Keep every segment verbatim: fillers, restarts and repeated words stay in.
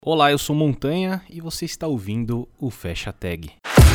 Olá, eu sou Montanha e você está ouvindo o Fecha Tag.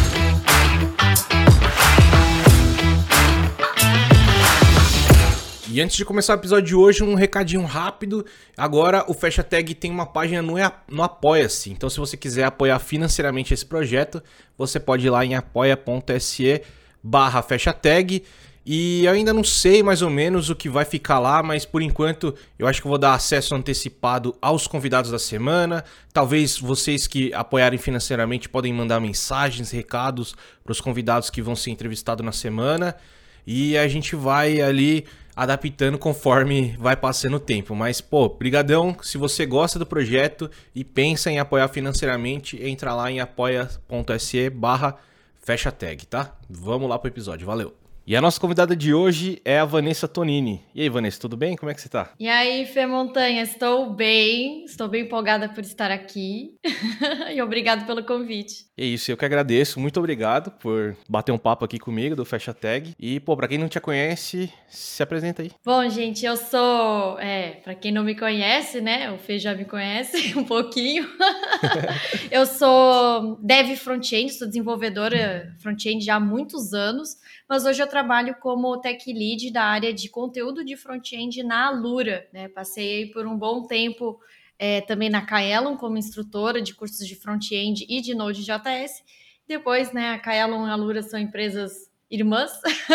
E antes de começar o episódio de hoje, um recadinho rápido. Agora o Fecha Tag tem uma página no, no Apoia-se. Então se você quiser apoiar financeiramente esse projeto, você pode ir lá em apoia.se barra Fecha Tag. E eu ainda não sei mais ou menos o que vai ficar lá, mas por enquanto eu acho que eu vou dar acesso antecipado aos convidados da semana. Talvez vocês que apoiarem financeiramente podem mandar mensagens, recados para os convidados que vão ser entrevistados na semana. E a gente vai ali adaptando conforme vai passando o tempo. Mas, pô, brigadão. Se você gosta do projeto e pensa em apoiar financeiramente, entra lá em apoia.se barra Fecha Tag, tá? Vamos lá pro episódio. Valeu! E a nossa convidada de hoje é a Vanessa Tonini. E aí, Vanessa, tudo bem? Como é que você tá? E aí, Fê Montanha, estou bem, estou bem empolgada por estar aqui e obrigado pelo convite. É isso, eu que agradeço, muito obrigado por bater um papo aqui comigo do Fecha Tag. E, pô, pra quem não te conhece, se apresenta aí. Bom, gente, eu sou, é, pra quem não me conhece, né, o Fê já me conhece um pouquinho. Eu sou dev front-end, sou desenvolvedora front-end já há muitos anos, mas hoje eu trabalho como tech lead da área de conteúdo de front-end na Alura, né? Passei por um bom tempo é, também na Kaelon como instrutora de cursos de front-end e de Node.js. Depois, né, a Kaelon e a Alura são empresas irmãs.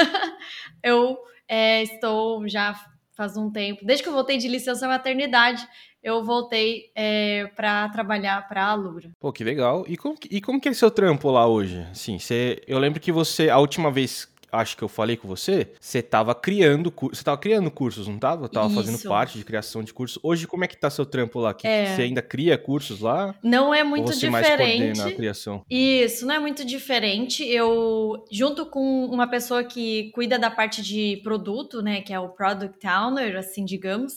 Eu é, estou já faz um tempo, desde que eu voltei de licença maternidade, eu voltei é, para trabalhar para a Alura. Pô, que legal. E como, e como que é seu trampo lá hoje? Assim, você, eu lembro que você, a última vez, acho que eu falei com você, você tava criando, você tava criando cursos, não tava? Tava Isso. fazendo parte de criação de cursos. Hoje, como é que tá seu trampo lá? Que, É. Você ainda cria cursos lá? Não é muito Ou você diferente. mais coordena a criação? Isso, não é muito diferente. Eu, junto com uma pessoa que cuida da parte de produto, né, que é o Product Owner, assim, digamos,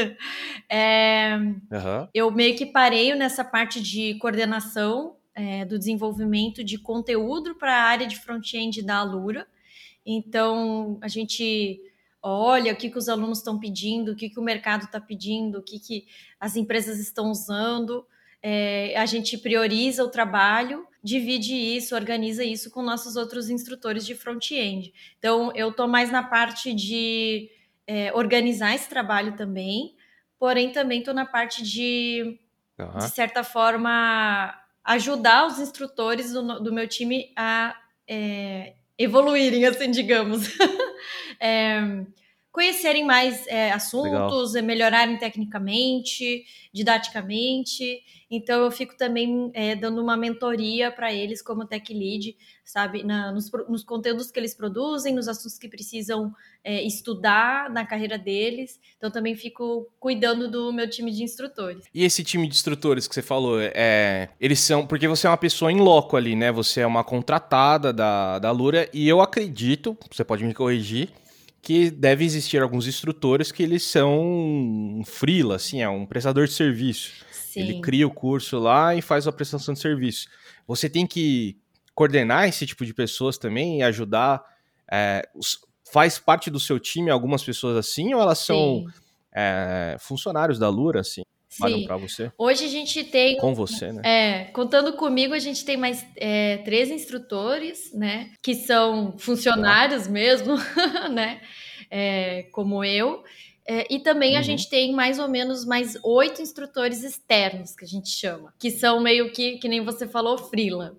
é, Uhum. eu meio que pareio nessa parte de coordenação é, do desenvolvimento de conteúdo para a área de front-end da Alura. Então, a gente olha o que, que os alunos estão pedindo, o que, que o mercado está pedindo, o que, que as empresas estão usando. É, a gente prioriza o trabalho, divide isso, organiza isso com nossos outros instrutores de front-end. Então, eu estou mais na parte de é, organizar esse trabalho também, porém também estou na parte de, Uhum. de certa forma, ajudar os instrutores do, do meu time a é, evoluírem, assim, digamos. é, conhecerem mais é, assuntos, Legal. melhorarem tecnicamente, didaticamente. Então, eu fico também é, dando uma mentoria para eles como tech lead, sabe? Na, nos, nos conteúdos que eles produzem, nos assuntos que precisam é, estudar na carreira deles. Então, também fico cuidando do meu time de instrutores. E esse time de instrutores que você falou, é, eles são... Porque você é uma pessoa em loco ali, né? Você é uma contratada da, da Alura e eu acredito, você pode me corrigir, que deve existir alguns instrutores que eles são um freela, assim, é um prestador de serviço. Sim. Ele cria o curso lá e faz a prestação de serviço. Você tem que coordenar esse tipo de pessoas também e ajudar. É, faz parte do seu time algumas pessoas assim ou elas são é, funcionários da Alura, assim? Sim. Para você? Hoje a gente tem... Com você, né? É, contando comigo, a gente tem mais é, três instrutores, né? Que são funcionários ah. mesmo, né? É, como eu. É, e também uhum. a gente tem mais ou menos mais oito instrutores externos, que a gente chama. Que são meio que, que nem você falou, freela.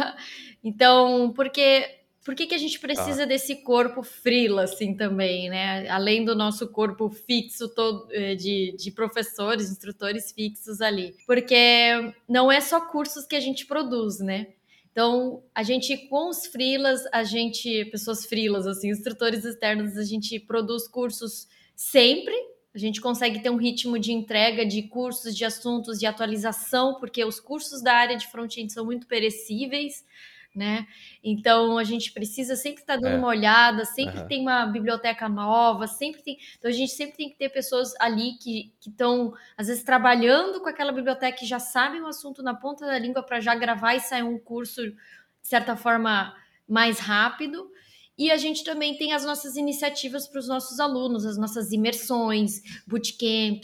Então, porque... Por que, que a gente precisa ah. desse corpo freela, assim, também, né? Além do nosso corpo fixo todo, de, de professores, instrutores fixos ali. Porque não é só cursos que a gente produz, né? Então, a gente, com os freelas, a gente, pessoas freelas, assim, instrutores externos, a gente produz cursos sempre. A gente consegue ter um ritmo de entrega de cursos, de assuntos, de atualização, porque os cursos da área de front-end são muito perecíveis, né? Então a gente precisa sempre estar dando é. uma olhada, sempre uhum. tem uma biblioteca nova, sempre tem. Então a gente sempre tem que ter pessoas ali que estão, às vezes, trabalhando com aquela biblioteca e já sabem o assunto na ponta da língua para já gravar e sair um curso, de certa forma, mais rápido. E a gente também tem as nossas iniciativas para os nossos alunos, as nossas imersões, bootcamps.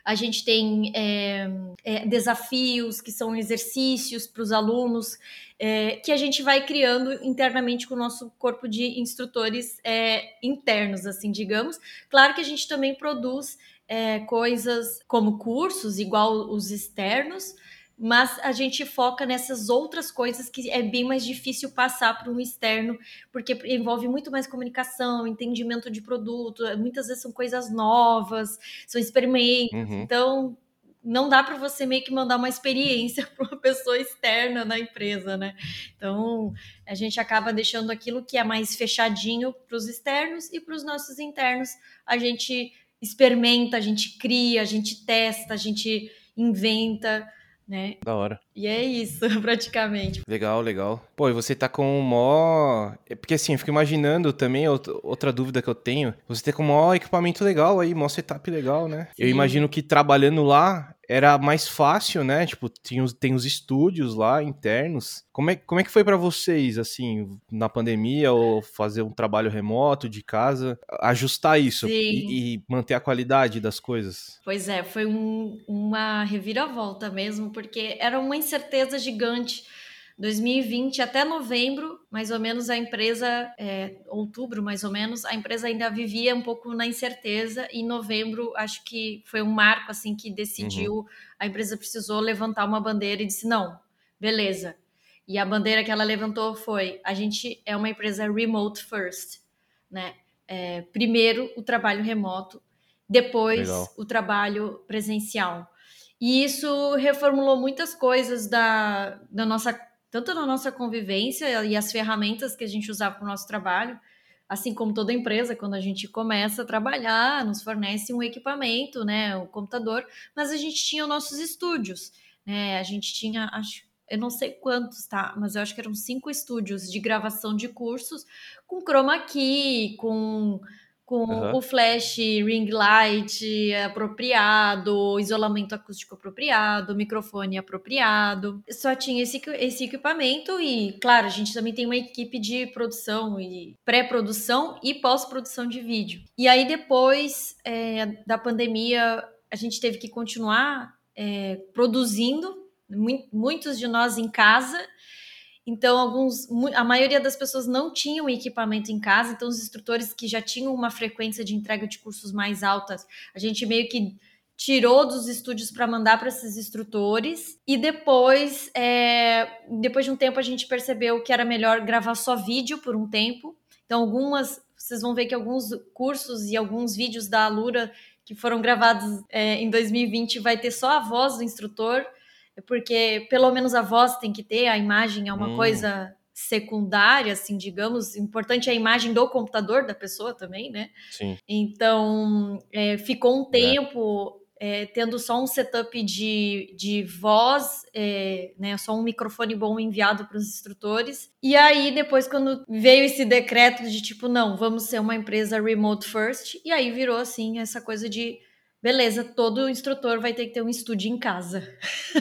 a gente tem é, é, desafios, que são exercícios para os alunos, é, que a gente vai criando internamente com o nosso corpo de instrutores é, internos, assim, digamos. Claro que a gente também produz é, coisas como cursos, igual os externos, mas a gente foca nessas outras coisas que é bem mais difícil passar para um externo, porque envolve muito mais comunicação, entendimento de produto, muitas vezes são coisas novas, são experimentos, Uhum. então não dá para você meio que mandar uma experiência para uma pessoa externa na empresa, né? Então a gente acaba deixando aquilo que é mais fechadinho para os externos e para os nossos internos a gente experimenta, a gente cria, a gente testa, a gente inventa, né? Da hora. E é isso, praticamente. Legal, legal. Pô, e você tá com o mó... É porque assim, eu fico imaginando também, out- outra dúvida que eu tenho, você tem com o mó equipamento legal aí, mó setup legal, né? Eu Sim. imagino que trabalhando lá era mais fácil, né? Tipo, tem os, tem os estúdios lá internos. Como é, como é que foi pra vocês, assim, na pandemia, ou fazer um trabalho remoto de casa, ajustar isso Sim. e, e manter a qualidade das coisas? Pois é, foi um- uma reviravolta mesmo, porque era uma incerteza gigante. dois mil e vinte até novembro, mais ou menos, a empresa, é, outubro mais ou menos, a empresa ainda vivia um pouco na incerteza, e em novembro acho que foi um marco assim que decidiu, Uhum. a empresa precisou levantar uma bandeira e disse, não, beleza. E a bandeira que ela levantou foi, a gente é uma empresa remote first, né? É, primeiro o trabalho remoto, depois Legal. o trabalho presencial. E isso reformulou muitas coisas da, da nossa, tanto na nossa convivência e as ferramentas que a gente usava para o nosso trabalho, assim como toda empresa, quando a gente começa a trabalhar, nos fornece um equipamento, né, o computador, mas a gente tinha os nossos estúdios, né, a gente tinha, acho, eu não sei quantos, tá, mas eu acho que eram cinco estúdios de gravação de cursos, com chroma key, com com Aham. o flash ring light apropriado, isolamento acústico apropriado, microfone apropriado. Só tinha esse, esse equipamento e, claro, a gente também tem uma equipe de produção e pré-produção e pós-produção de vídeo. E aí, depois é, da pandemia, a gente teve que continuar é, produzindo, muitos de nós em casa. Então, alguns, a maioria das pessoas não tinham equipamento em casa, então os instrutores que já tinham uma frequência de entrega de cursos mais altas, a gente meio que tirou dos estúdios para mandar para esses instrutores, e depois, é, depois de um tempo, a gente percebeu que era melhor gravar só vídeo por um tempo. Então, algumas, vocês vão ver que alguns cursos e alguns vídeos da Alura que foram gravados é, em dois mil e vinte vai ter só a voz do instrutor, porque pelo menos a voz tem que ter, a imagem é uma Hum. coisa secundária, assim, digamos, importante é a imagem do computador da pessoa também, né? Sim. Então, é, ficou um tempo é, tendo só um setup de, de voz, é, né, só um microfone bom enviado para os instrutores, e aí depois quando veio esse decreto de tipo, não, vamos ser uma empresa remote first, e aí virou assim, essa coisa de beleza, todo instrutor vai ter que ter um estúdio em casa.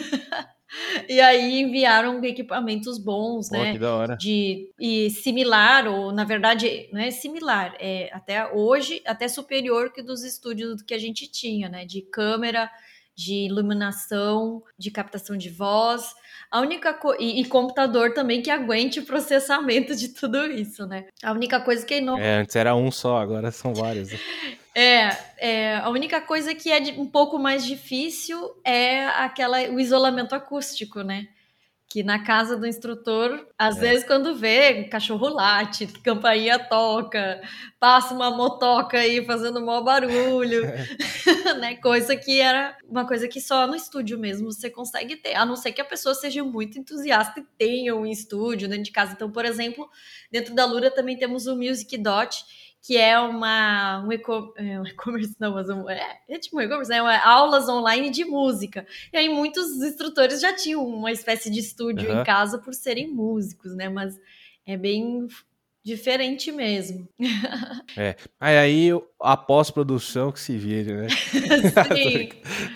E aí enviaram equipamentos bons, Pô, né? que da hora. De, e similar, ou na verdade, não é similar, é até hoje, até superior que dos estúdios que a gente tinha, né? De câmera, de iluminação, de captação de voz. A única co- e, e computador também que aguente o processamento de tudo isso, né? A única coisa que não. É, antes era um só, agora são vários. É, é, a única coisa que é de- um pouco mais difícil é aquela, o isolamento acústico, né? Que na casa do instrutor, às É. vezes quando vê, cachorro late, campainha toca, passa uma motoca aí fazendo maior barulho, né? Coisa que era uma coisa que só no estúdio mesmo você consegue ter, a não ser que a pessoa seja muito entusiasta e tenha um estúdio dentro de casa. Então, por exemplo, dentro da Lura também temos o Music Dot, que é uma um eco, é, um e-commerce, não, mas um, é, é tipo um e-commerce, né? Uma, aulas online de música. E aí muitos instrutores já tinham uma espécie de estúdio Uhum. em casa por serem músicos, né? Mas é bem diferente mesmo. É. Aí, aí a pós-produção que se vire, né? Sim.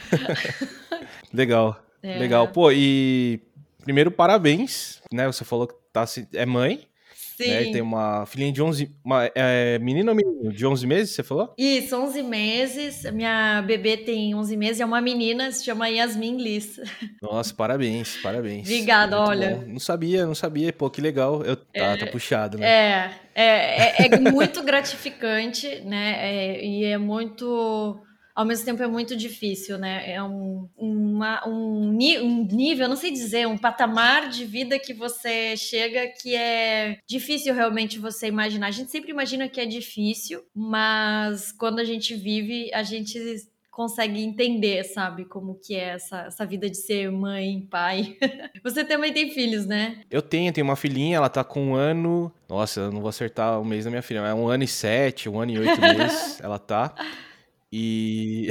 Legal. É. Legal. Pô, e primeiro parabéns, né? Você falou que tá, se- é mãe. né? Tem Sim. uma filhinha de onze... Uma, é, menina ou menino? De onze meses, você falou? Isso, onze meses. Minha bebê tem onze meses, é uma menina, se chama Yasmin Liz. Nossa, parabéns, parabéns. Obrigada, Muito bom. olha. Não sabia, não sabia. Pô, que legal. Eu, tá, tá puxado, né? É, é, é, é muito gratificante, né? É, e é muito, ao mesmo tempo é muito difícil, né? É um, uma, um, ni- um nível, eu não sei dizer, um patamar de vida que você chega que é difícil realmente você imaginar. A gente sempre imagina que é difícil, mas quando a gente vive, a gente consegue entender, sabe, como que é essa, essa vida de ser mãe, pai. Você também tem filhos, né? Eu tenho, tenho uma filhinha, ela tá com um ano. Nossa, eu não vou acertar o mês da minha filha. É um ano e sete, um ano e oito meses ela tá. E.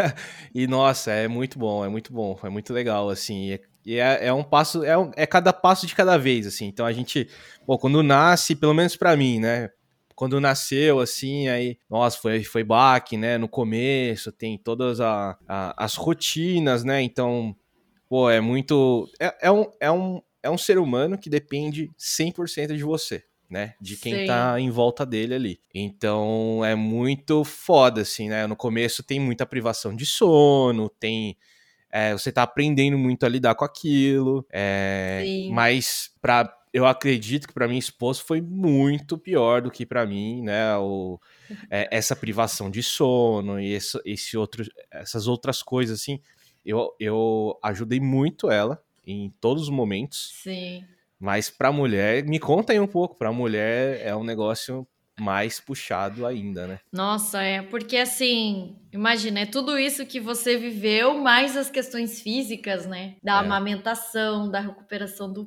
E nossa, é muito bom, é muito bom, é muito legal, assim. E é, e é, é um passo, é, um- é cada passo de cada vez, assim. Então a gente, pô, quando nasce, pelo menos pra mim, né? Quando nasceu, assim, aí, nossa, foi, foi baque, né? No começo, tem todas a, a- as rotinas, né? Então, pô, é muito. É, é um, é, um, é um ser humano que depende cem por cento de você, né? De quem tá Sim. em volta dele ali. Então é muito foda, assim, né? No começo tem muita privação de sono, tem. É, você tá aprendendo muito a lidar com aquilo. É, Sim. mas pra, eu acredito que pra minha esposa foi muito pior do que pra mim, né? O, é, essa privação de sono e esse, esse outro, essas outras coisas, assim. Eu, eu ajudei muito ela em todos os momentos, Sim. mas pra mulher, me conta aí um pouco, pra mulher é um negócio mais puxado ainda, né? Nossa, é porque assim, imagina, é tudo isso que você viveu, mais as questões físicas, né? Da É, amamentação, da recuperação do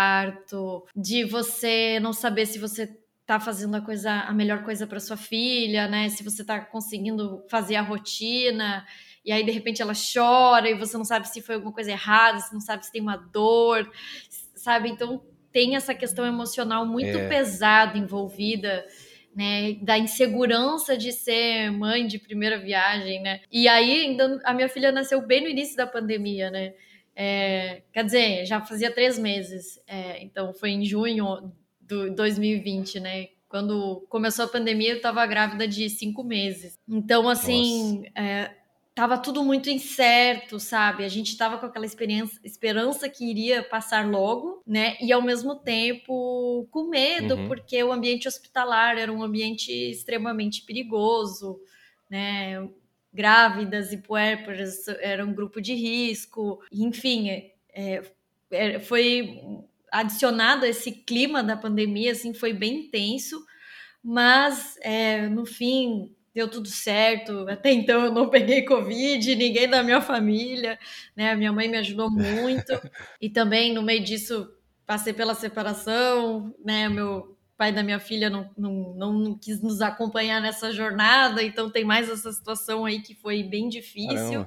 parto, de você não saber se você tá fazendo a coisa, a melhor coisa para sua filha, né? Se você tá conseguindo fazer a rotina, e aí de repente ela chora e você não sabe se foi alguma coisa errada, você não sabe se tem uma dor, sabe? Então tem essa questão emocional muito é, pesada envolvida, né, da insegurança de ser mãe de primeira viagem, né? E aí, ainda a minha filha nasceu bem no início da pandemia, né? É, quer dizer, já fazia três meses, é, então foi em junho do dois mil e vinte, né? Quando começou a pandemia, eu estava grávida de cinco meses. Então, nossa. assim, é, tava tudo muito incerto, sabe? A gente tava com aquela experiência, esperança que iria passar logo, né? E ao mesmo tempo com medo, Uhum. porque o ambiente hospitalar era um ambiente extremamente perigoso, né? Grávidas e puérperas eram um grupo de risco, enfim, é, é, foi adicionado a esse clima da pandemia, assim, foi bem intenso, mas é, no fim deu tudo certo. Até então eu não peguei Covid, ninguém da minha família, né? Minha mãe me ajudou muito. E também no meio disso passei pela separação, né? Meu pai da minha filha não, não, não quis nos acompanhar nessa jornada, então tem mais essa situação aí que foi bem difícil. Caramba.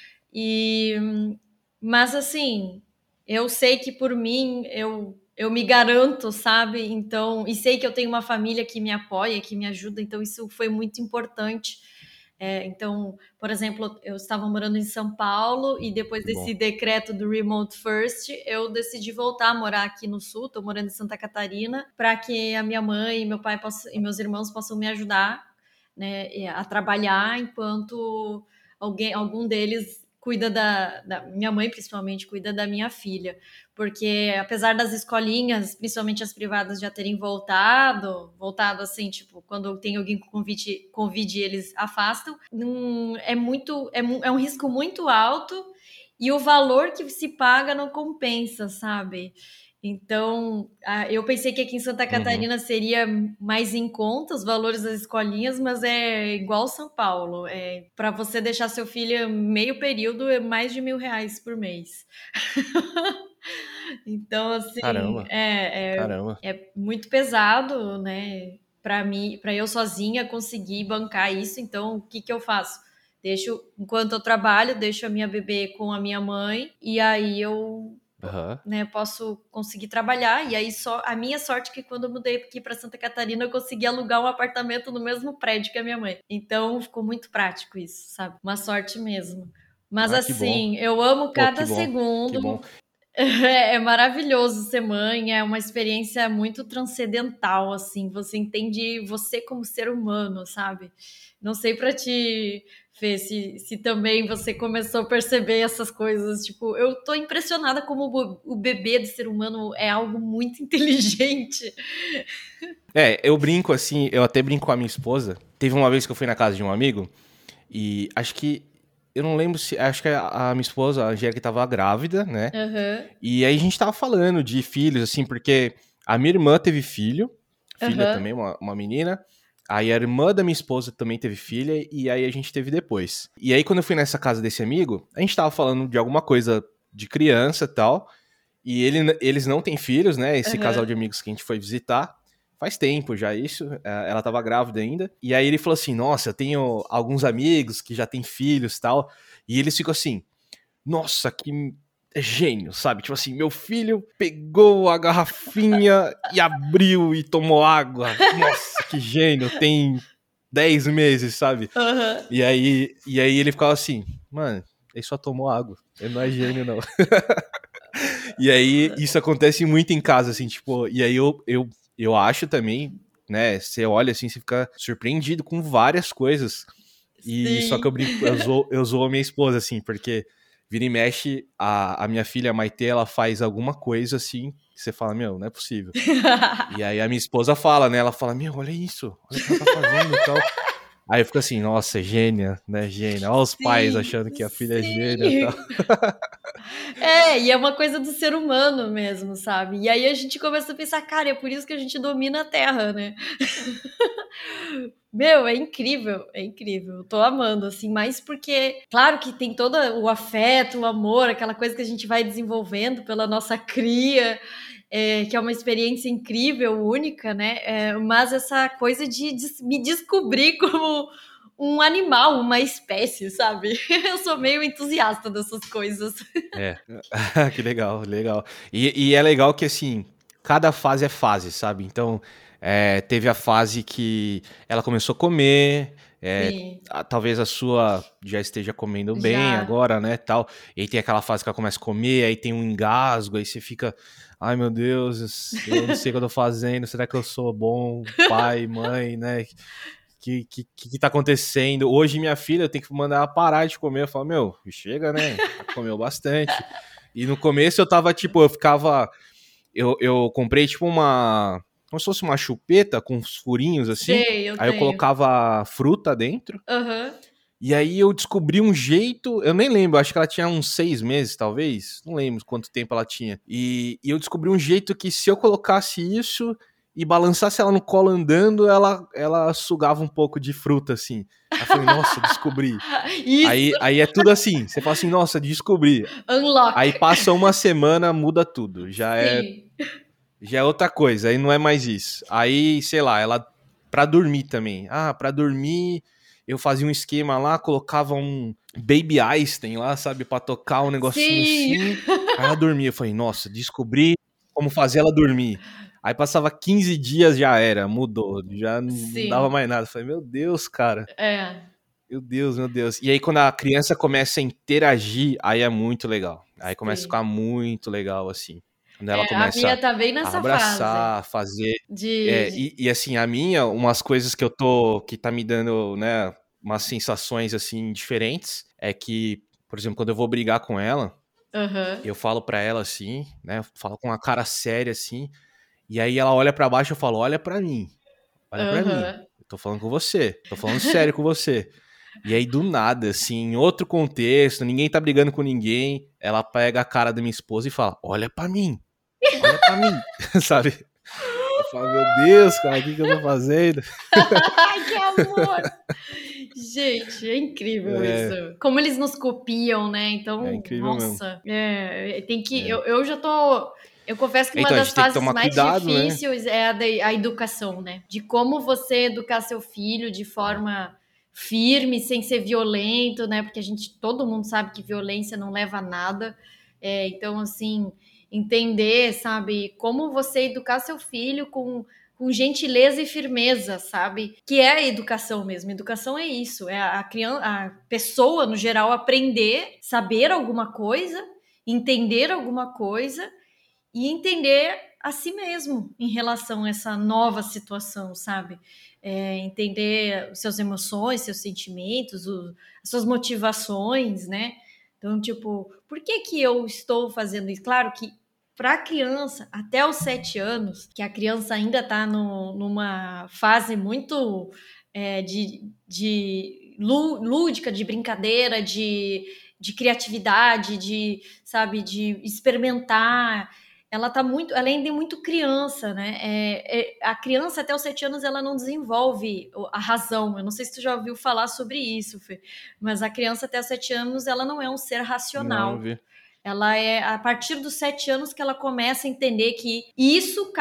E mas assim, eu sei que por mim eu eu me garanto, sabe? Então, e sei que eu tenho uma família que me apoia, que me ajuda, então isso foi muito importante. É, então, por exemplo, eu estava morando em São Paulo e depois Que desse bom. decreto do Remote First, eu decidi voltar a morar aqui no Sul, estou morando em Santa Catarina, para que a minha mãe e meu pai possam, e meus irmãos possam me ajudar, né, a trabalhar enquanto alguém, algum deles cuida da, da minha mãe, principalmente cuida da minha filha, porque apesar das escolinhas, principalmente as privadas, já terem voltado, voltado assim, tipo, quando tem alguém com convite, convide eles afastam, hum, é muito, é, é um risco muito alto e o valor que se paga não compensa, sabe? Então, eu pensei que aqui em Santa Uhum. Catarina seria mais em conta os valores das escolinhas, mas é igual São Paulo. É, para você deixar seu filho meio período é mais de mil reais por mês. Então, assim, Caramba. é, é, Caramba. é muito pesado, né? Para mim, para eu sozinha conseguir bancar isso. Então, o que que eu faço? Deixo, enquanto eu trabalho, deixo a minha bebê com a minha mãe e aí eu, Aham. né, posso conseguir trabalhar. E aí só a minha sorte é que quando eu mudei aqui para Santa Catarina, eu consegui alugar um apartamento no mesmo prédio que a minha mãe. Então, ficou muito prático isso, sabe? Uma sorte mesmo. Mas Ah, que bom. assim, eu amo Pô, que cada bom. Que bom. segundo. É, é maravilhoso ser mãe, é uma experiência muito transcendental, assim, você entende você como ser humano, sabe? Não sei pra ti, Fê, se, se também você começou a perceber essas coisas, tipo, eu tô impressionada como o, bo- o bebê do ser humano é algo muito inteligente. É, eu brinco assim, eu até brinco com a minha esposa. Teve uma vez que eu fui na casa de um amigo e acho que. Eu não lembro se. Acho que a, a minha esposa, a Angélica, tava grávida, né? Aham, E aí a gente tava falando de filhos, assim, porque a minha irmã teve filho, filha aham, também, uma, uma menina. Aí a irmã da minha esposa também teve filha, e aí a gente teve depois. E aí quando eu fui nessa casa desse amigo, a gente tava falando de alguma coisa de criança e tal. E ele, eles não têm filhos, né? Esse casal aham. de amigos que a gente foi visitar. Faz tempo já isso, é, ela tava grávida ainda. E aí ele falou assim: Nossa, eu tenho alguns amigos que já têm filhos e tal. E eles ficam assim: Nossa, que gênio, sabe? Tipo assim, meu filho pegou a garrafinha e abriu e tomou água. Nossa, que gênio, tem dez meses, sabe? Aham. E aí, e aí ele ficava assim: Mano, ele só tomou água. Ele não é gênio, não. E aí, isso acontece muito em casa, assim, tipo, e aí eu, eu, eu acho também, né, você olha assim, você fica surpreendido com várias coisas. E só que eu Sim. brinco, eu zoo, eu zoo a minha esposa, assim, porque vira e mexe, a, a minha filha, a Maitê, ela faz alguma coisa assim, que você fala, meu, não é possível. E aí a minha esposa fala, né, ela fala, meu, olha isso, olha o que ela tá fazendo e tal. Aí eu fico assim, nossa, gênia, né, gênia. Olha os pais Sim, achando que a filha é gênia e tal. sim. É, e é uma coisa do ser humano mesmo, sabe? E aí a gente começa a pensar, cara, é por isso que a gente domina a Terra, né? Meu, é incrível, é incrível. Eu tô amando, assim, mas porque, claro que tem todo o afeto, o amor, aquela coisa que a gente vai desenvolvendo pela nossa cria, é, que é uma experiência incrível, única, né? É, mas essa coisa de des- me descobrir como um animal, uma espécie, sabe? Eu sou meio entusiasta dessas coisas. É, que legal, legal. E, e é legal que, assim, cada fase é fase, sabe? Então, é, teve a fase que ela começou a comer, é, Sim, a- talvez a sua já esteja comendo bem já. agora, né, tal. E aí tem aquela fase que ela começa a comer, aí tem um engasgo, aí você fica, ai meu Deus, eu não sei o que eu tô fazendo, será que eu sou bom pai, mãe, né? Que, que, que tá acontecendo? Hoje minha filha, eu tenho que mandar ela parar de comer. Eu falo, meu, chega, né? Já comeu bastante. E no começo eu tava, tipo, eu ficava. Eu, eu comprei, tipo, uma. Como se fosse uma chupeta com uns furinhos assim. Sei, eu Aí eu tenho. colocava fruta dentro. Aham. E aí eu descobri um jeito. Eu nem lembro, acho que ela tinha uns seis meses, talvez. Não lembro quanto tempo ela tinha. E, e eu descobri um jeito que se eu colocasse isso e balançasse ela no colo andando, ela, ela sugava um pouco de fruta, assim. Aí eu falei, nossa, descobri. Isso, Aí, aí é tudo assim. Você fala assim, nossa, descobri. unlock. Aí passa uma semana, muda tudo. Já é, Sim. já é outra coisa. Aí não é mais isso. Aí, sei lá, ela. Pra dormir também. Ah, pra dormir. Eu fazia um esquema lá, colocava um Baby Einstein lá, sabe, pra tocar um negocinho Sim, assim. Aí ela dormia. Eu falei, nossa, descobri como fazer ela dormir. Aí passava quinze dias, já era, mudou, já não não dava sim. mais nada. Eu falei, meu Deus, cara. É, Meu Deus, meu Deus. E aí, quando a criança começa a interagir, aí é muito legal. Aí começa a ficar sim. muito legal, assim. Quando ela É, a começa minha tá bem a nessa fase abraçar, fazer. de, É, de- e, e, assim, a minha, umas coisas que eu tô. Que tá me dando, né, umas sensações assim diferentes, é que, por exemplo, quando eu vou brigar com ela, Aham, eu falo pra ela assim, né? Falo com uma cara séria assim, e aí ela olha pra baixo e eu falo, olha pra mim, olha pra mim. aham. Eu tô falando com você, tô falando sério com você. E aí, do nada, assim, em outro contexto, ninguém tá brigando com ninguém, ela pega a cara da minha esposa e fala: Olha pra mim, olha pra mim, sabe? Eu falo: Meu Deus, cara, o que, que eu tô fazendo? Ai, que amor! Gente, é incrível isso. É, Como eles nos copiam, né? é Então, incrível mesmo. nossa, é, tem que. É. Eu, eu já tô. Eu confesso que uma Então, a das gente tem que fases tomar mais cuidado, né? difíceis é a da a educação, né? De como você educar seu filho de É. forma firme, sem ser violento, né? Porque a gente, todo mundo sabe que violência não leva a nada. É, então, assim, entender, sabe, como você educar seu filho com com gentileza e firmeza, sabe? Que é a educação mesmo. Educação é isso, é a criança, a pessoa no geral aprender, saber alguma coisa, entender alguma coisa e entender a si mesmo em relação a essa nova situação, sabe? É, entender os seus emoções, seus sentimentos, o, as suas motivações, né? Então, tipo, por que que eu estou fazendo isso? Claro que para a criança, até os sete anos, que a criança ainda está numa fase muito é, de, de lúdica, de brincadeira, de, de criatividade, de, sabe, de experimentar. Ela tá muito, ela ainda é muito criança, né? É, é, a criança até os sete anos ela não desenvolve a razão. Eu não sei se tu já ouviu falar sobre isso, Fê, mas a criança até os sete anos ela não é um ser racional. Não, não vi. Ela é a partir dos sete anos que ela começa a entender que isso,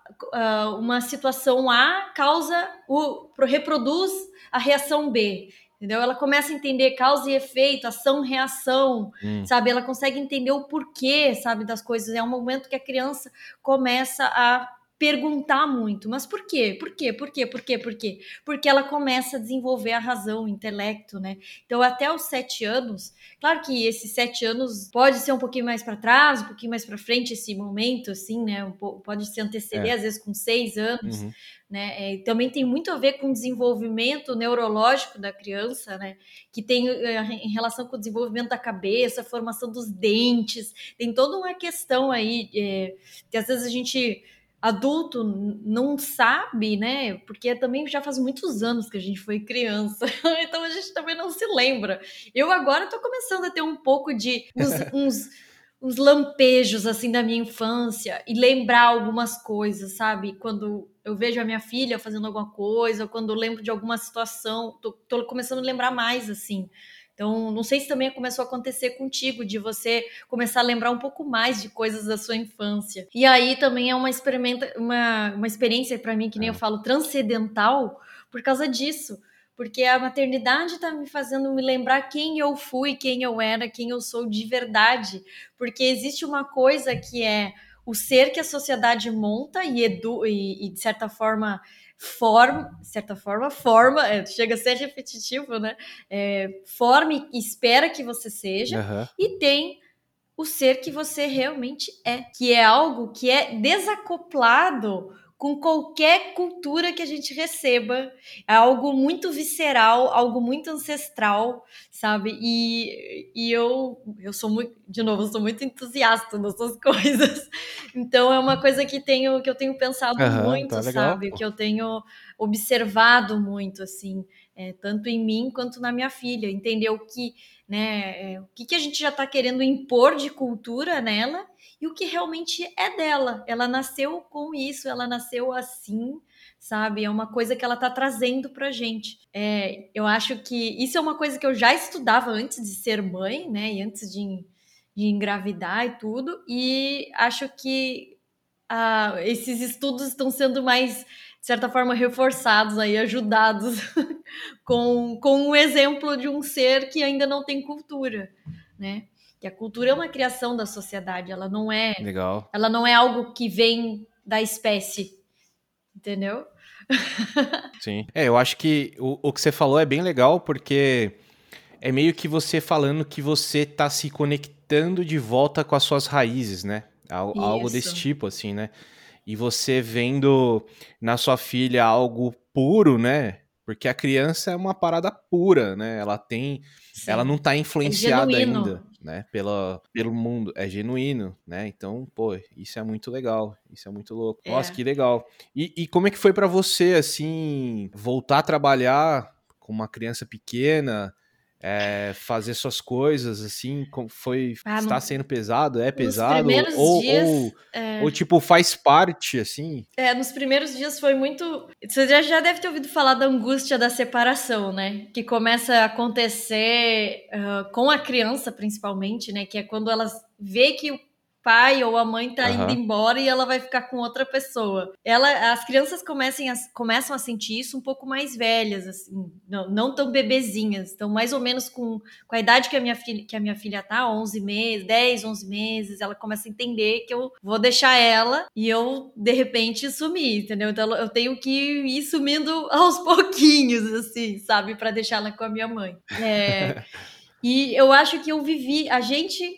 uma situação A causa o reproduz a reação B. Entendeu? Ela começa a entender causa e efeito, ação, reação, hum. sabe? Ela consegue entender o porquê, sabe, das coisas. É um momento que a criança começa a perguntar muito. Mas por quê? Por quê? Por quê? Por quê? Por quê? Porque ela começa a desenvolver a razão, o intelecto, né? Então, até os sete anos, claro que esses sete anos pode ser um pouquinho mais para trás, um pouquinho mais para frente, esse momento, assim, né? Um pouco, pode se anteceder, é. às vezes, com seis anos, uhum. né? É, também tem muito a ver com o desenvolvimento neurológico da criança, né? Que tem é, em relação com o desenvolvimento da cabeça, a formação dos dentes, tem toda uma questão aí é, que às vezes a gente adulto não sabe, né? Porque também já faz muitos anos que a gente foi criança, então a gente também não se lembra. Eu agora tô começando a ter um pouco de uns, uns, uns lampejos assim da minha infância e lembrar algumas coisas, sabe? Quando eu vejo a minha filha fazendo alguma coisa, quando eu lembro de alguma situação, tô, tô começando a lembrar mais assim. Então, não sei se também começou a acontecer contigo, de você começar a lembrar um pouco mais de coisas da sua infância. E aí também é uma, experimenta, uma, uma experiência para mim, que nem é. eu falo, transcendental, por causa disso. Porque a maternidade está me fazendo me lembrar quem eu fui, quem eu era, quem eu sou de verdade. Porque existe uma coisa que é o ser que a sociedade monta e, edu, e, e de certa forma... forma, de certa forma, forma, é, chega a ser repetitivo, né? É, forma e espera que você seja, uhum. e tem o ser que você realmente é, que é algo que é desacoplado com qualquer cultura que a gente receba, é algo muito visceral, algo muito ancestral, sabe? E, e eu, eu sou muito, de novo, eu sou muito entusiasta nessas coisas. Então é uma coisa que, tenho, que eu tenho pensado uhum, muito, tá legal, sabe? Pô. Que eu tenho observado muito, assim, é, tanto em mim quanto na minha filha. Entender o que, né, é, o que, que a gente já está querendo impor de cultura nela e o que realmente é dela. Ela nasceu com isso, ela nasceu assim, sabe? É uma coisa que ela tá trazendo pra gente. É, eu acho que isso é uma coisa que eu já estudava antes de ser mãe, né? E antes de, de engravidar e tudo. E acho que ah, esses estudos estão sendo mais, de certa forma, reforçados aí, ajudados com, com um exemplo de um ser que ainda não tem cultura, né? Que a cultura é uma criação da sociedade, ela não é, legal. Ela não é algo que vem da espécie, entendeu? Sim. É, eu acho que o, o que você falou é bem legal, porque é meio que você falando que você tá se conectando de volta com as suas raízes, né? Al, algo desse tipo, assim, né? E você vendo na sua filha algo puro, né? Porque a criança é uma parada pura, né? Ela tem... Sim. Ela não tá influenciada é ainda, né? Pela, pelo mundo. É genuíno, né? Então, pô, isso é muito legal. Isso é muito louco. É. Nossa, que legal. E, e como é que foi pra você, assim, voltar a trabalhar com uma criança pequena... É, fazer suas coisas, assim, como foi, ah, está no, sendo pesado, é pesado, ou, dias, ou, é... ou, tipo, faz parte, assim? É, nos primeiros dias foi muito... Você já, já deve ter ouvido falar da angústia da separação, né? Que começa a acontecer uh, com a criança, principalmente, né? Que é quando ela vê que o pai ou a mãe tá uhum. indo embora e ela vai ficar com outra pessoa. Ela, as crianças comecem a, começam a sentir isso um pouco mais velhas, assim, não, não tão bebezinhas, então mais ou menos com, com a idade que a minha filha, que a minha filha tá, onze meses, dez, onze meses, ela começa a entender que eu vou deixar ela e eu, de repente, sumir, entendeu? Então eu tenho que ir sumindo aos pouquinhos, assim, sabe? Para deixar ela com a minha mãe. É, e eu acho que eu vivi, a gente...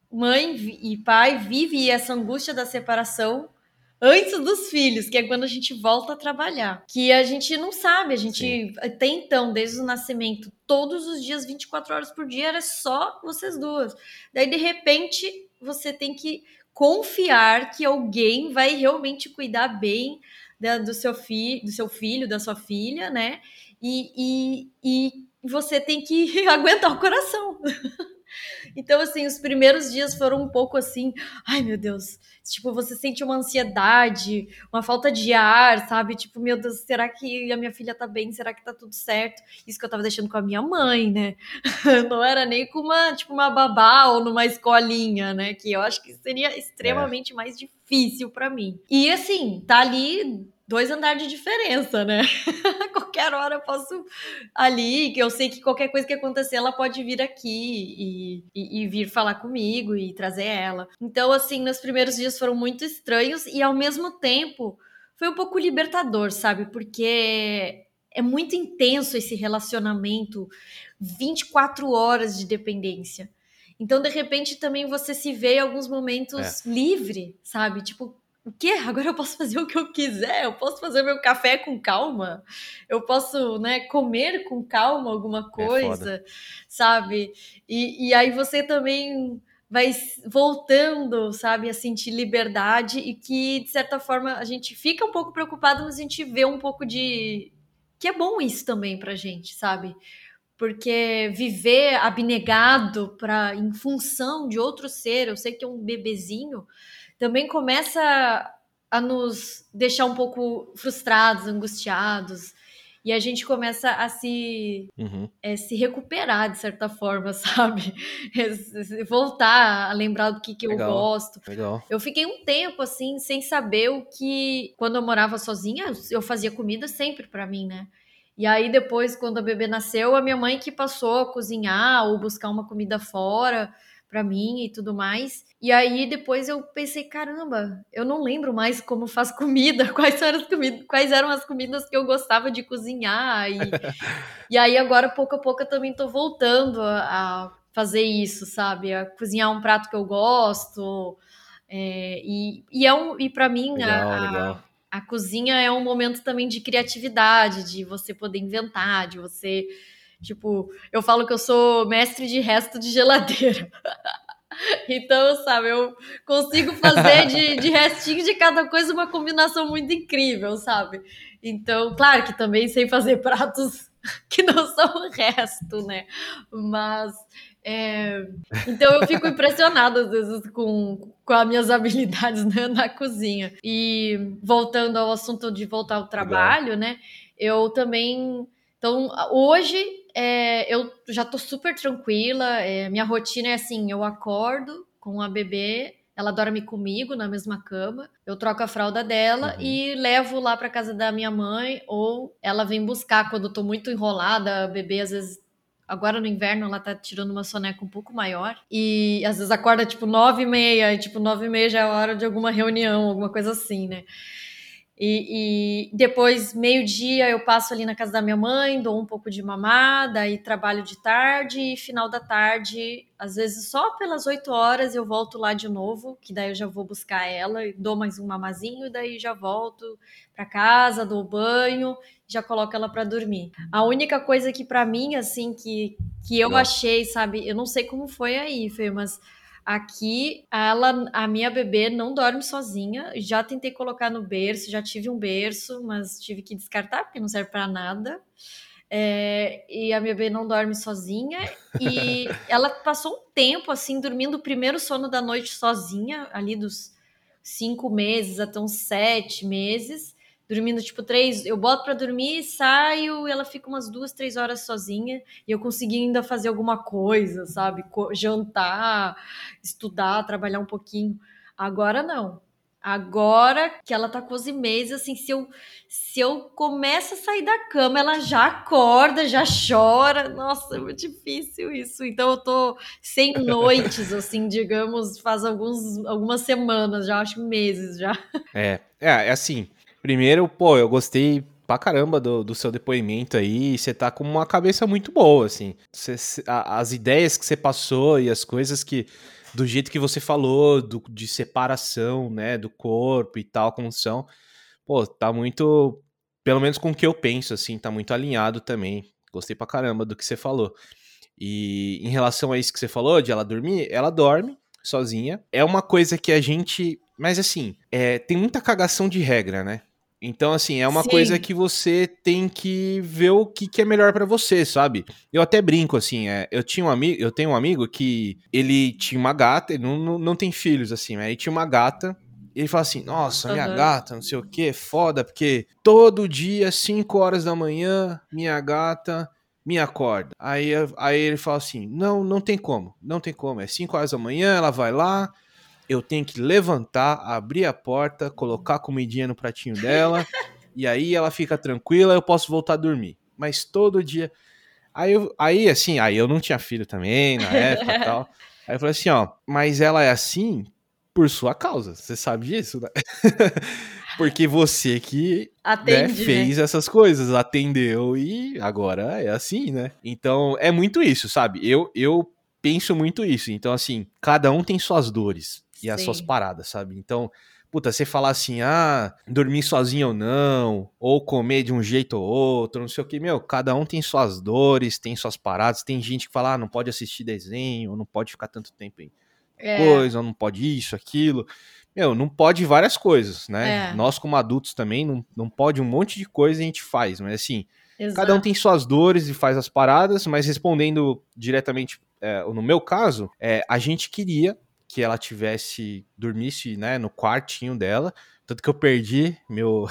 mãe e pai vive essa angústia da separação antes dos filhos, que é quando a gente volta a trabalhar. Que a gente não sabe, a gente Sim. até então, desde o nascimento, todos os dias, vinte e quatro horas por dia, era só vocês duas. Daí, de repente, você tem que confiar que alguém vai realmente cuidar bem da, do, seu fi, do seu filho, da sua filha, né? E, e, e você tem que aguentar o coração. Então, assim, os primeiros dias foram um pouco assim, ai meu Deus, tipo, você sente uma ansiedade, uma falta de ar, sabe? Tipo, meu Deus, será que a minha filha tá bem? Será que tá tudo certo? Isso que eu tava deixando com a minha mãe, né? Não era nem com uma, tipo, uma babá ou numa escolinha, né? Que eu acho que seria extremamente é. mais difícil para mim. E assim, tá ali dois andares de diferença, né? Qualquer hora eu posso ali, que eu sei que qualquer coisa que acontecer, ela pode vir aqui e, e, e vir falar comigo e trazer ela. Então, assim, nos primeiros dias foram muito estranhos e, ao mesmo tempo, foi um pouco libertador, sabe? Porque é muito intenso esse relacionamento, vinte e quatro horas de dependência. Então, de repente, também você se vê em alguns momentos é. livre, sabe? Tipo, o quê? Agora eu posso fazer o que eu quiser, eu posso fazer meu café com calma, eu posso, né, comer com calma alguma coisa, é sabe? E, e aí você também vai voltando, sabe, a sentir liberdade e que, de certa forma, a gente fica um pouco preocupado, mas a gente vê um pouco de... que é bom isso também pra gente, sabe? Porque viver abnegado pra, em função de outro ser, eu sei que é um bebezinho, também começa a nos deixar um pouco frustrados, angustiados, e a gente começa a se, uhum. é, se recuperar, de certa forma, sabe? Voltar a lembrar do que, que legal, eu gosto. Legal. Eu fiquei um tempo, assim, sem saber o que... Quando eu morava sozinha, eu fazia comida sempre para mim, né? E aí, depois, quando a bebê nasceu, a minha mãe que passou a cozinhar ou buscar uma comida fora para mim e tudo mais. E aí depois eu pensei, caramba, eu não lembro mais como faz comida, quais eram as comidas, quais eram as comidas que eu gostava de cozinhar. E, e aí agora, pouco a pouco, eu também tô voltando a, a fazer isso, sabe? A cozinhar um prato que eu gosto. É, e, e, é um, e para mim, legal, a, legal. A, a cozinha é um momento também de criatividade, de você poder inventar, de você... Tipo, eu falo que eu sou mestre de resto de geladeira. Então, sabe, eu consigo fazer de, de restinho de cada coisa uma combinação muito incrível, sabe? Então, claro que também sei fazer pratos que não são resto, né? Mas, é... então eu fico impressionada às vezes com, com as minhas habilidades, né, na cozinha. E voltando ao assunto de voltar ao trabalho, legal, né? Eu também... Então, hoje... É, eu já tô super tranquila, é, minha rotina é assim, eu acordo com a bebê, ela dorme comigo na mesma cama, eu troco a fralda dela uhum. e levo lá pra casa da minha mãe, ou ela vem buscar quando eu tô muito enrolada, a bebê às vezes, agora no inverno ela tá tirando uma soneca um pouco maior, e às vezes acorda tipo nove e meia, e tipo nove e meia já é a hora de alguma reunião, alguma coisa assim, né? E, e depois, meio-dia, eu passo ali na casa da minha mãe, dou um pouco de mamada, aí trabalho de tarde, e final da tarde, às vezes só pelas oito horas eu volto lá de novo, que daí eu já vou buscar ela, dou mais um mamazinho, e daí já volto para casa, dou banho, já coloco ela para dormir. A única coisa que para mim, assim, que, que eu Nossa. achei, sabe, eu não sei como foi aí, Fê, mas... Aqui, ela, a minha bebê não dorme sozinha. Já tentei colocar no berço, já tive um berço, mas tive que descartar porque não serve para nada. É, e a minha bebê não dorme sozinha. E ela passou um tempo assim, dormindo o primeiro sono da noite sozinha, ali dos cinco meses até uns sete meses. Dormindo, tipo, três... Eu boto pra dormir, saio, e ela fica umas duas, três horas sozinha. E eu consegui ainda fazer alguma coisa, sabe? Jantar, estudar, trabalhar um pouquinho. Agora, não. Agora que ela tá com onze meses, assim, se eu, se eu começo a sair da cama, ela já acorda, já chora. Nossa, é muito difícil isso. Então, eu tô sem noites, assim, digamos, faz alguns, algumas semanas, já acho meses, já. É, é, é assim... Primeiro, pô, eu gostei pra caramba do, do seu depoimento aí, você tá com uma cabeça muito boa, assim. Você, a, as ideias que você passou e as coisas que do jeito que você falou, do, de separação, né, do corpo e tal, como são, pô, tá muito, pelo menos com o que eu penso, assim, tá muito alinhado também. Gostei pra caramba do que você falou. E em relação a isso que você falou, de ela dormir, ela dorme sozinha. É uma coisa que a gente... Mas assim, é, tem muita cagação de regra, né? Então, assim, é uma Sim. coisa que você tem que ver o que, que é melhor pra você, sabe? Eu até brinco, assim, é, eu tinha um amigo, eu tenho um amigo que ele tinha uma gata, ele não, não, não tem filhos, assim, mas ele tinha uma gata, e ele fala assim, nossa, minha Aham. gata, não sei o que, foda, porque todo dia, cinco horas da manhã, minha gata me acorda. Aí, aí ele fala assim, não, não tem como, não tem como, é cinco horas da manhã, ela vai lá, eu tenho que levantar, abrir a porta, colocar a comidinha no pratinho dela, e aí ela fica tranquila, eu posso voltar a dormir. Mas todo dia... Aí, eu, aí assim, aí eu não tinha filho também, na época e tal. Aí eu falei assim, ó, mas ela é assim por sua causa, você sabe disso, né? Porque você que né, Atende, fez né? essas coisas, atendeu e agora é assim, né? Então é muito isso, sabe? Eu, eu penso muito isso. Então, assim, cada um tem suas dores e as suas Sim. paradas, sabe? Então, puta, você falar assim, ah, dormir sozinho ou não, ou comer de um jeito ou outro, não sei o que, meu, cada um tem suas dores, tem suas paradas. Tem gente que fala, ah, não pode assistir desenho, não pode ficar tanto tempo em É, coisa, ou não pode isso, aquilo. Meu, não pode várias coisas, né? é, Nós, como adultos também, não, não pode um monte de coisa e a gente faz, mas assim, cada um tem exato. suas dores e faz as paradas, mas respondendo diretamente, é, no meu caso, é, a gente queria que ela tivesse, dormisse, né, no quartinho dela, tanto que eu perdi meu,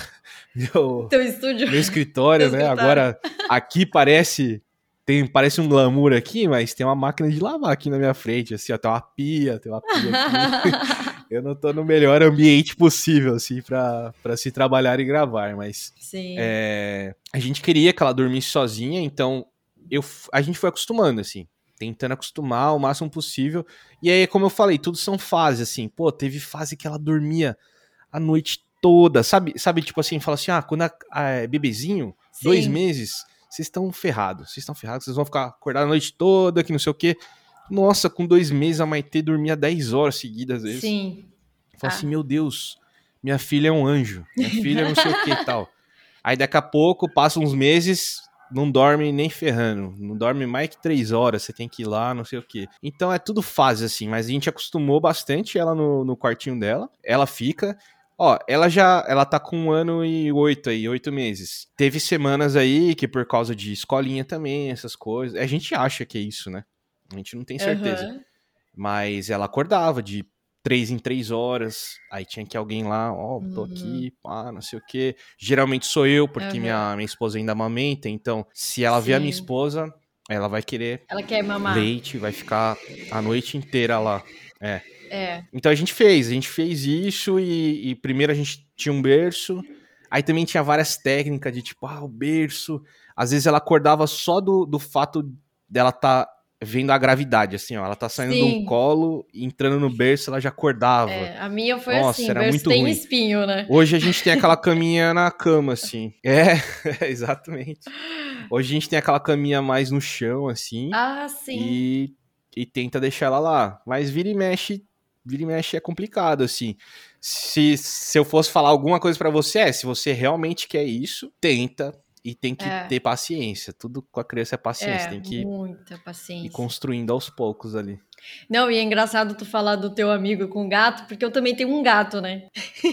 meu, Teu estúdio, meu escritório, teu né, escritório. agora aqui parece... Tem, parece um glamour aqui, mas tem uma máquina de lavar aqui na minha frente, assim, ó, tem uma pia, tem uma pia aqui. Eu não tô no melhor ambiente possível, assim, pra, pra se trabalhar e gravar, mas Sim. é, a gente queria que ela dormisse sozinha, então eu, a gente foi acostumando, assim, tentando acostumar o máximo possível. E aí, como eu falei, tudo são fases, assim, pô, teve fase que ela dormia a noite toda, sabe, sabe tipo assim, fala assim, ah, quando a, a, é bebezinho, dois Sim. meses, vocês estão ferrados, vocês estão ferrados, vocês vão ficar acordados a noite toda, que não sei o quê. Nossa, com dois meses a Maitê dormia dez horas seguidas, às vezes. Sim. Fala assim, Ah. meu Deus, minha filha é um anjo, minha filha não sei o que e tal. Aí daqui a pouco, passa uns meses, não dorme nem ferrando, não dorme mais que três horas, você tem que ir lá, não sei o que. Então é tudo fase assim, mas a gente acostumou bastante ela no, no quartinho dela, ela fica... Ó, ela já, ela tá com um ano e oito aí, oito meses. Teve semanas aí que por causa de escolinha também, essas coisas, a gente acha que é isso, né? A gente não tem certeza. Aham. Mas ela acordava de três em três horas, aí tinha que alguém lá, ó, oh, tô Uhum. aqui, pá, não sei o quê. Geralmente sou eu, porque Aham. minha, minha esposa ainda amamenta, então se ela vê a minha Sim. esposa, ela vai querer Ela quer mamar. leite, vai ficar a noite inteira lá. É. É. Então a gente fez, a gente fez isso e, e primeiro a gente tinha um berço, aí também tinha várias técnicas de tipo, ah, o berço. Às vezes ela acordava só do, do fato dela tá vendo a gravidade, assim, ó. Ela tá saindo de um Sim. colo, entrando no berço, ela já acordava. É, a minha foi Nossa, assim, era berço muito tem ruim. espinho, né? Hoje a gente tem aquela caminha na cama, assim. É, exatamente. Hoje a gente tem aquela caminha mais no chão, assim, Ah, sim. e, e tenta deixar ela lá. Mas vira e mexe, vira e mexe é complicado, assim. Se, se eu fosse falar alguma coisa pra você, é, se você realmente quer isso, tenta. E tem que É. ter paciência. Tudo com a criança é paciência. É, Tem que muita ir paciência. construindo aos poucos ali. Não, e é engraçado tu falar do teu amigo com gato, porque eu também tenho um gato, né?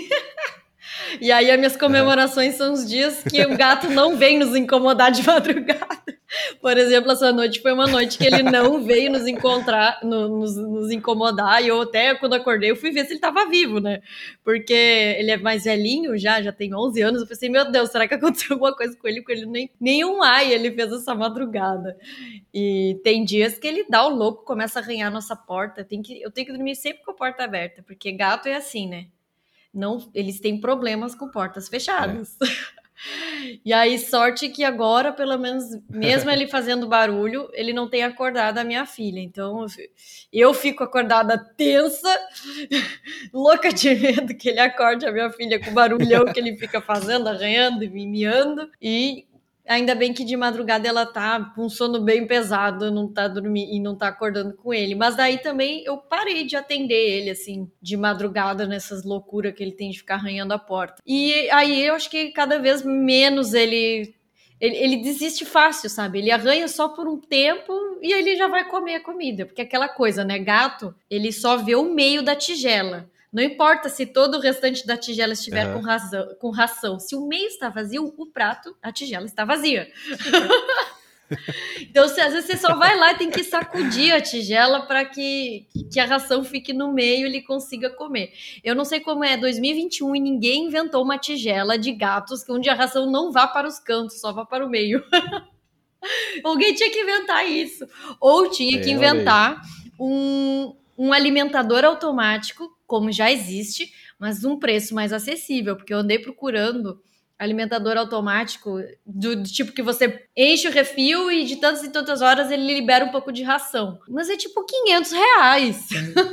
E aí as minhas comemorações uhum. são os dias que o gato não vem nos incomodar de madrugada. Por exemplo, essa noite foi uma noite que ele não veio nos encontrar, no, nos, nos incomodar, e eu até, quando acordei, eu fui ver se ele estava vivo, né? Porque ele é mais velhinho já, já tem onze anos, eu pensei, meu Deus, será que aconteceu alguma coisa com ele? Com ele nem, nem um ai ele fez essa madrugada. E tem dias que ele dá o louco, começa a arranhar a nossa porta, tem que, eu tenho que dormir sempre com a porta aberta, porque gato é assim, né? Não, eles têm problemas com portas fechadas. É. E aí, sorte que agora, pelo menos, mesmo ele fazendo barulho, ele não tem acordado a minha filha. Então, eu fico acordada tensa, louca de medo que ele acorde a minha filha com o barulhão que ele fica fazendo, arranhando e me miando. E Ainda bem que de madrugada ela tá com um sono bem pesado, não tá dormindo e não tá acordando com ele. Mas daí também eu parei de atender ele, assim, de madrugada, nessas loucuras que ele tem de ficar arranhando a porta. E aí eu acho que cada vez menos ele, ele, ele desiste fácil, sabe? Ele arranha só por um tempo e ele já vai comer a comida. Porque aquela coisa, né? Gato, ele só vê o meio da tigela. Não importa se todo o restante da tigela estiver uhum. com, razão, com ração. Se o meio está vazio, o prato, a tigela está vazia. Então, se, às vezes você só vai lá e tem que sacudir a tigela para que, que a ração fique no meio e ele consiga comer. Eu não sei como é dois mil e vinte e um e ninguém inventou uma tigela de gatos onde a ração não vá para os cantos, só vá para o meio. Alguém tinha que inventar isso. Ou tinha que inventar um, um alimentador automático, como já existe, mas um preço mais acessível, porque eu andei procurando alimentador automático do, do tipo que você enche o refil e de tantas e tantas horas ele libera um pouco de ração. Mas é tipo quinhentos reais.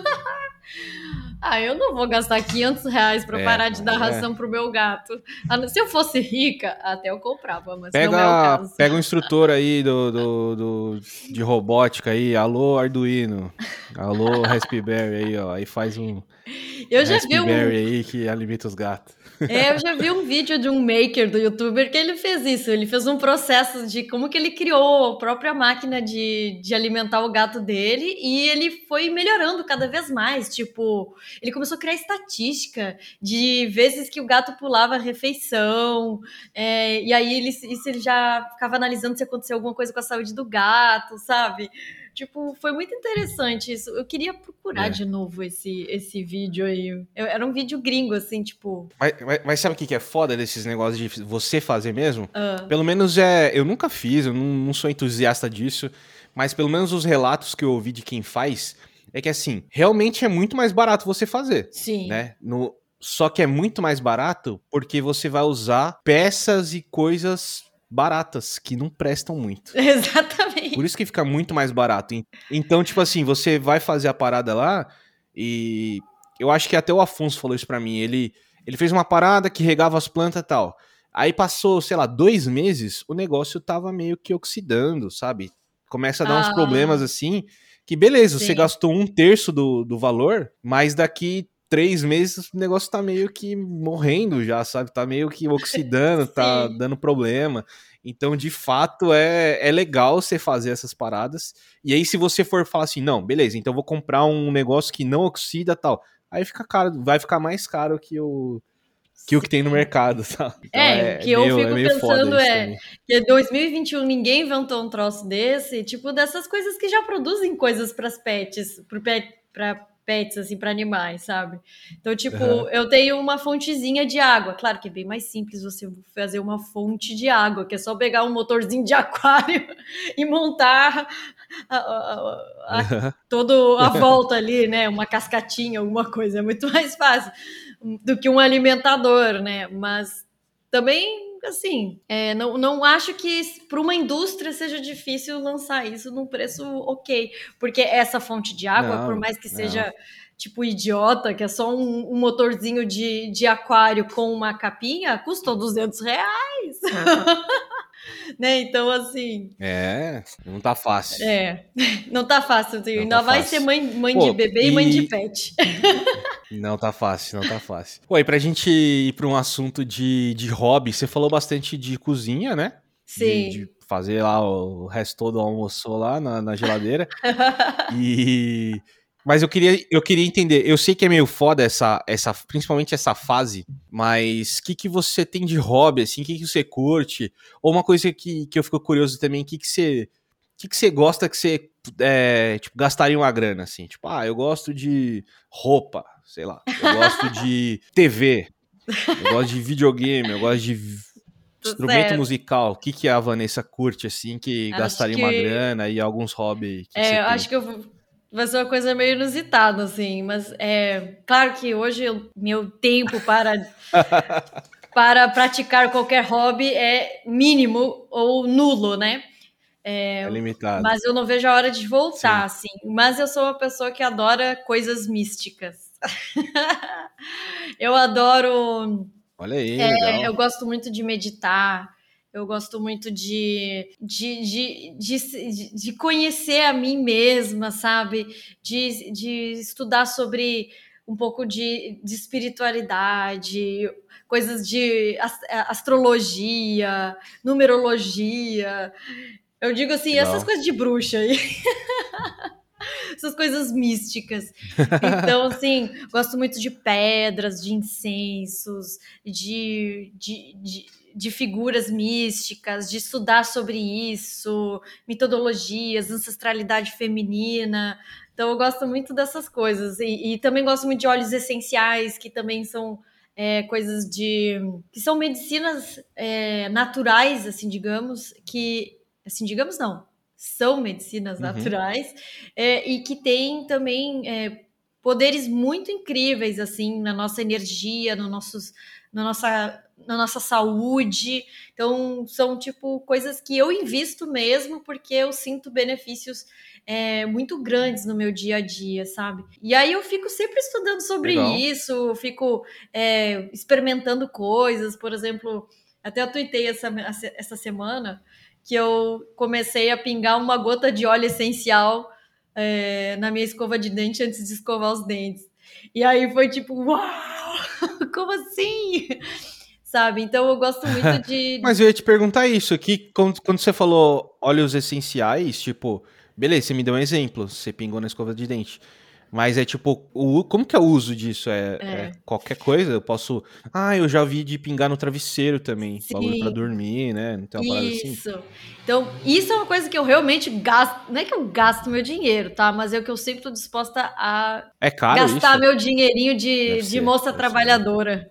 Ah, eu não vou gastar quinhentos reais para é, parar de dar é. ração pro meu gato. Se eu fosse rica, até eu comprava, mas pega, não é o caso. Pega um instrutor aí do, do, do, de robótica aí, alô Arduino, alô Raspberry aí, ó, aí faz um eu já vi um... aí que alimenta os gatos. É, eu já vi um vídeo de um maker do youtuber que ele fez isso, ele fez um processo de como que ele criou a própria máquina de, de alimentar o gato dele e ele foi melhorando cada vez mais, tipo, ele começou a criar estatística de vezes que o gato pulava a refeição, é, e aí ele, isso ele já ficava analisando se aconteceu alguma coisa com a saúde do gato, sabe? Tipo, foi muito interessante isso. Eu queria procurar é. de novo esse, esse vídeo aí. Eu, era um vídeo gringo, assim, tipo... Mas, mas, mas sabe o que é foda desses negócios de você fazer mesmo? Uh. Pelo menos é... Eu nunca fiz, eu não, não sou entusiasta disso, mas pelo menos os relatos que eu ouvi de quem faz, é que assim, realmente é muito mais barato você fazer. Sim. Né? No, só que é muito mais barato porque você vai usar peças e coisas... baratas, que não prestam muito. Exatamente. Por isso que fica muito mais barato. Então, tipo assim, você vai fazer a parada lá e... Eu acho que até o Afonso falou isso pra mim. Ele, ele fez uma parada que regava as plantas e tal. Aí passou, sei lá, dois meses, o negócio tava meio que oxidando, sabe? Começa a dar ah, uns problemas assim, que beleza, sim. Você gastou um terço do, do valor, mas daqui... três meses o negócio tá meio que morrendo já, sabe? Tá meio que oxidando, tá dando problema. Então, de fato, é, é legal você fazer essas paradas. E aí, se você for falar assim, não, beleza, então eu vou comprar um negócio que não oxida e tal. Aí fica caro, vai ficar mais caro que o que, o que tem no mercado, sabe? Então, é, o que é eu meio, fico é pensando é que em dois mil e vinte e um ninguém inventou um troço desse, tipo, dessas coisas que já produzem coisas pras pets, pro pet, pra pets, assim, para animais, sabe? Então, tipo, uhum. eu tenho uma fontezinha de água. Claro que é bem mais simples você fazer uma fonte de água, que é só pegar um motorzinho de aquário e montar a, a, a, uhum. toda a volta ali, né? Uma cascatinha, alguma coisa. É muito mais fácil do que um alimentador, né? Mas também... assim, é, não, não acho que para uma indústria seja difícil lançar isso num preço ok, porque essa fonte de água, não, por mais que não. seja tipo idiota, que é só um, um motorzinho de, de aquário com uma capinha, custou duzentos reais. Né? Então, assim... É, não tá fácil. É, não tá fácil. Assim, ainda tá vai fácil. ser mãe, mãe Pô, de bebê e... e mãe de pet. Não tá fácil, não tá fácil. Pô, e pra gente ir pra um assunto de, de hobby, você falou bastante de cozinha, né? Sim. De, de fazer lá o resto todo do almoço lá na, na geladeira. e... Mas eu queria, eu queria entender, eu sei que é meio foda essa, essa, principalmente essa fase, mas o que, que você tem de hobby, assim, o que, que você curte? Ou uma coisa que, que eu fico curioso também, o que, que você... O que, que você gosta que você é, tipo, gastaria uma grana, assim? Tipo, ah, eu gosto de roupa, sei lá. Eu gosto de T V. Eu gosto de videogame. Eu gosto de instrumento certo. musical. O que, que a Vanessa curte, assim, que acho gastaria que... uma grana e alguns hobbies que é, você eu tem? acho que eu... vai ser uma coisa meio inusitada, assim. Mas é claro que hoje eu, meu tempo para... para praticar qualquer hobby é mínimo ou nulo, né? É, é limitado. Mas eu não vejo a hora de voltar, Sim. assim. Mas eu sou uma pessoa que adora coisas místicas. Eu adoro... Olha aí, é, legal. Eu gosto muito de meditar. Eu gosto muito de, de, de, de, de conhecer a mim mesma, sabe? De, de estudar sobre um pouco de, de espiritualidade, coisas de astrologia, numerologia. Eu digo assim, essas Legal. coisas de bruxa aí. Essas coisas místicas. Então, assim, gosto muito de pedras, de incensos, de, de, de, de figuras místicas, de estudar sobre isso, metodologias, ancestralidade feminina. Então, eu gosto muito dessas coisas. E, e também gosto muito de óleos essenciais, que também são é, coisas de... que são medicinas é, naturais, assim, digamos, que... assim, digamos não, são medicinas Uhum. naturais, é, e que tem também é, poderes muito incríveis assim na nossa energia, no nossos, na, nossa, na nossa saúde. Então, são tipo coisas que eu invisto mesmo porque eu sinto benefícios é, muito grandes no meu dia a dia, sabe? E aí eu fico sempre estudando sobre Legal. isso, fico é, experimentando coisas, por exemplo, até eu tuitei essa, essa semana que eu comecei a pingar uma gota de óleo essencial é, na minha escova de dente antes de escovar os dentes. E aí foi tipo, uau! Como assim? Sabe? Então eu gosto muito de. Mas eu ia te perguntar isso aqui, quando, quando você falou óleos essenciais, tipo, beleza, você me deu um exemplo, você pingou na escova de dente. Mas é tipo, o, como que é o uso disso? É, é É, qualquer coisa? Eu posso. Ah, eu já vi de pingar no travesseiro também. Bagulho pra sim, dormir, né? Não tem uma parada assim? isso. Então, isso é uma coisa que eu realmente gasto. Não é que eu gasto meu dinheiro, tá? Mas é o que eu sempre estou disposta a É caro gastar isso? meu dinheirinho de, Deve de ser, moça deve ser mesmo. trabalhadora.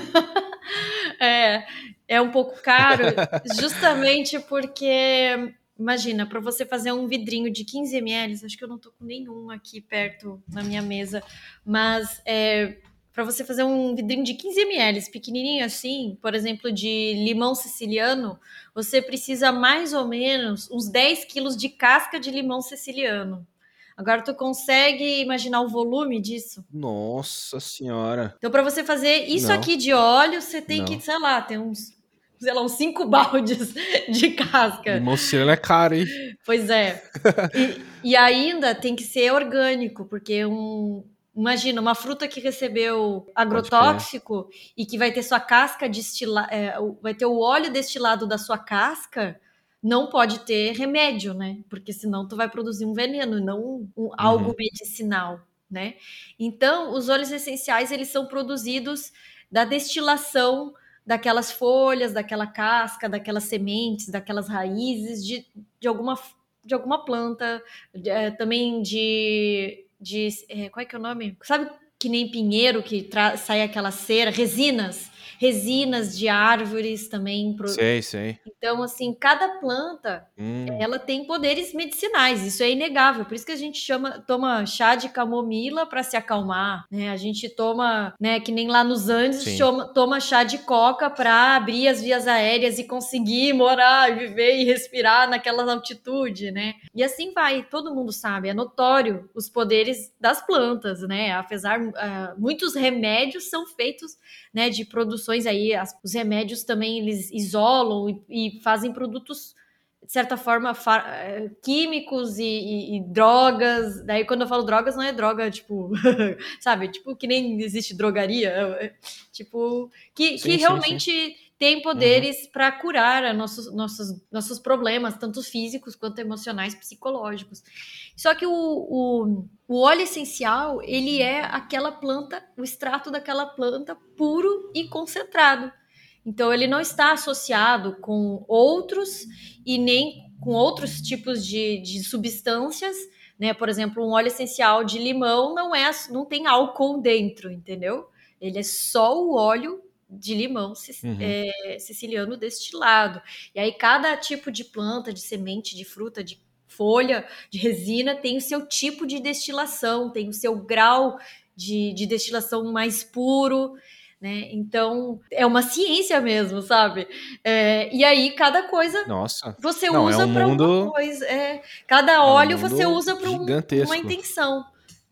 É, é um pouco caro, justamente porque, imagina, para você fazer um vidrinho de quinze mililitros, acho que eu não tô com nenhum aqui perto na minha mesa, mas é, para você fazer um vidrinho de quinze mililitros, pequenininho assim, por exemplo, de limão siciliano, você precisa mais ou menos uns dez quilos de casca de limão siciliano. Agora, tu consegue imaginar o volume disso? Nossa senhora. Então, para você fazer isso Não, aqui de óleo, você tem que, não. sei lá, ter uns, sei lá, uns cinco baldes de casca. Limão siciliano é caro, hein? Pois é. E, e ainda tem que ser orgânico, porque um, imagina, uma fruta que recebeu Pode crer. agrotóxico e que vai ter sua casca destilada, é, vai ter o óleo destilado da sua casca, não pode ter remédio, né? Porque senão tu vai produzir um veneno, não um, um, algo Uhum. medicinal, né? Então, os óleos essenciais, eles são produzidos da destilação daquelas folhas, daquela casca, daquelas sementes, daquelas raízes, de, de alguma de alguma planta, é, também de, de é, qual é que é o nome? Sabe que nem pinheiro que sai aquela cera, resinas, resinas de árvores também. Pro... Sei, sei. Então, assim, cada planta Hum, ela tem poderes medicinais, isso é inegável. Por isso que a gente chama, toma chá de camomila para se acalmar, né? A gente toma, né, que nem lá nos Andes, sim. chama, toma chá de coca para abrir as vias aéreas e conseguir morar, viver e respirar naquela altitude, né? E assim vai, todo mundo sabe, é notório os poderes das plantas, né? Apesar, uh, muitos remédios são feitos, né, de produções aí, as, os remédios também eles isolam e, e fazem produtos de certa forma, químicos e, e, e drogas. Daí, quando eu falo drogas, não é droga, tipo, sabe? Tipo, que nem existe drogaria. Tipo, que, que Sim, sim, sim. realmente tem Uhum. poderes para curar nossos, nossos, nossos problemas, tanto físicos quanto emocionais, psicológicos. Só que o, o, o óleo essencial, ele é aquela planta, o extrato daquela planta puro e concentrado. Então, ele não está associado com outros e nem com outros tipos de, de substâncias, né? Por exemplo, um óleo essencial de limão não é, não tem álcool dentro, entendeu? Ele é só o óleo de limão Uhum. é, siciliano destilado. E aí, cada tipo de planta, de semente, de fruta, de folha, de resina, tem o seu tipo de destilação, tem o seu grau de, de destilação mais puro. Né? Então, é uma ciência mesmo, sabe? É, e aí, cada coisa Nossa. você Não, é usa um para uma mundo, coisa. É, cada é um óleo você mundo usa para um, uma gigantesco. intenção.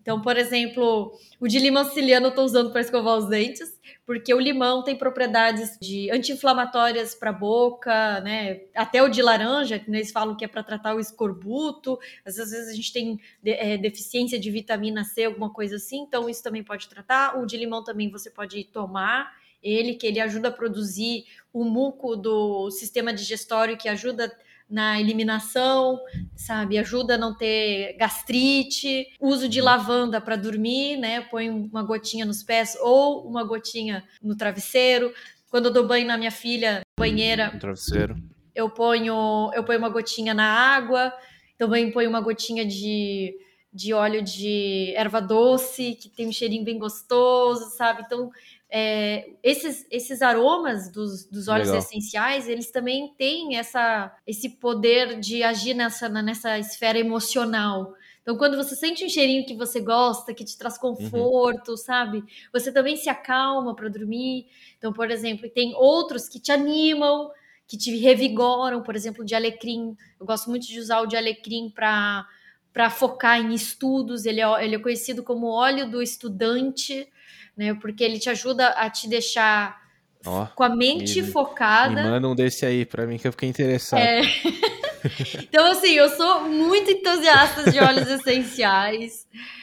Então, por exemplo, o de limão siciliano eu estou usando para escovar os dentes, porque o limão tem propriedades de anti-inflamatórias para a boca, né? Até o de laranja, que eles falam que é para tratar o escorbuto. Às vezes a gente tem é, deficiência de vitamina C, alguma coisa assim, então isso também pode tratar. O de limão também você pode tomar ele, que ele ajuda a produzir o muco do sistema digestório, que ajuda na eliminação, sabe? Ajuda a não ter gastrite. Uso de lavanda para dormir, né? Põe uma gotinha nos pés ou uma gotinha no travesseiro. Quando eu dou banho na minha filha, banheira, no travesseiro, eu ponho, eu ponho uma gotinha na água. Também ponho uma gotinha de, de óleo de erva doce, que tem um cheirinho bem gostoso, sabe? Então, é, esses, esses aromas dos, dos óleos Legal. essenciais, eles também têm essa, esse poder de agir nessa, nessa esfera emocional. Então, quando você sente um cheirinho que você gosta, que te traz conforto, uhum. sabe? Você também se acalma para dormir. Então, por exemplo, tem outros que te animam, que te revigoram, por exemplo, o de alecrim. Eu gosto muito de usar o de alecrim para para focar em estudos. Ele é, ele é conhecido como óleo do estudante, né? Porque ele te ajuda a te deixar oh, com a mente me, focada. Me manda um desse aí para mim que eu fiquei interessado. É. Então, assim, eu sou muito entusiasta de óleos essenciais.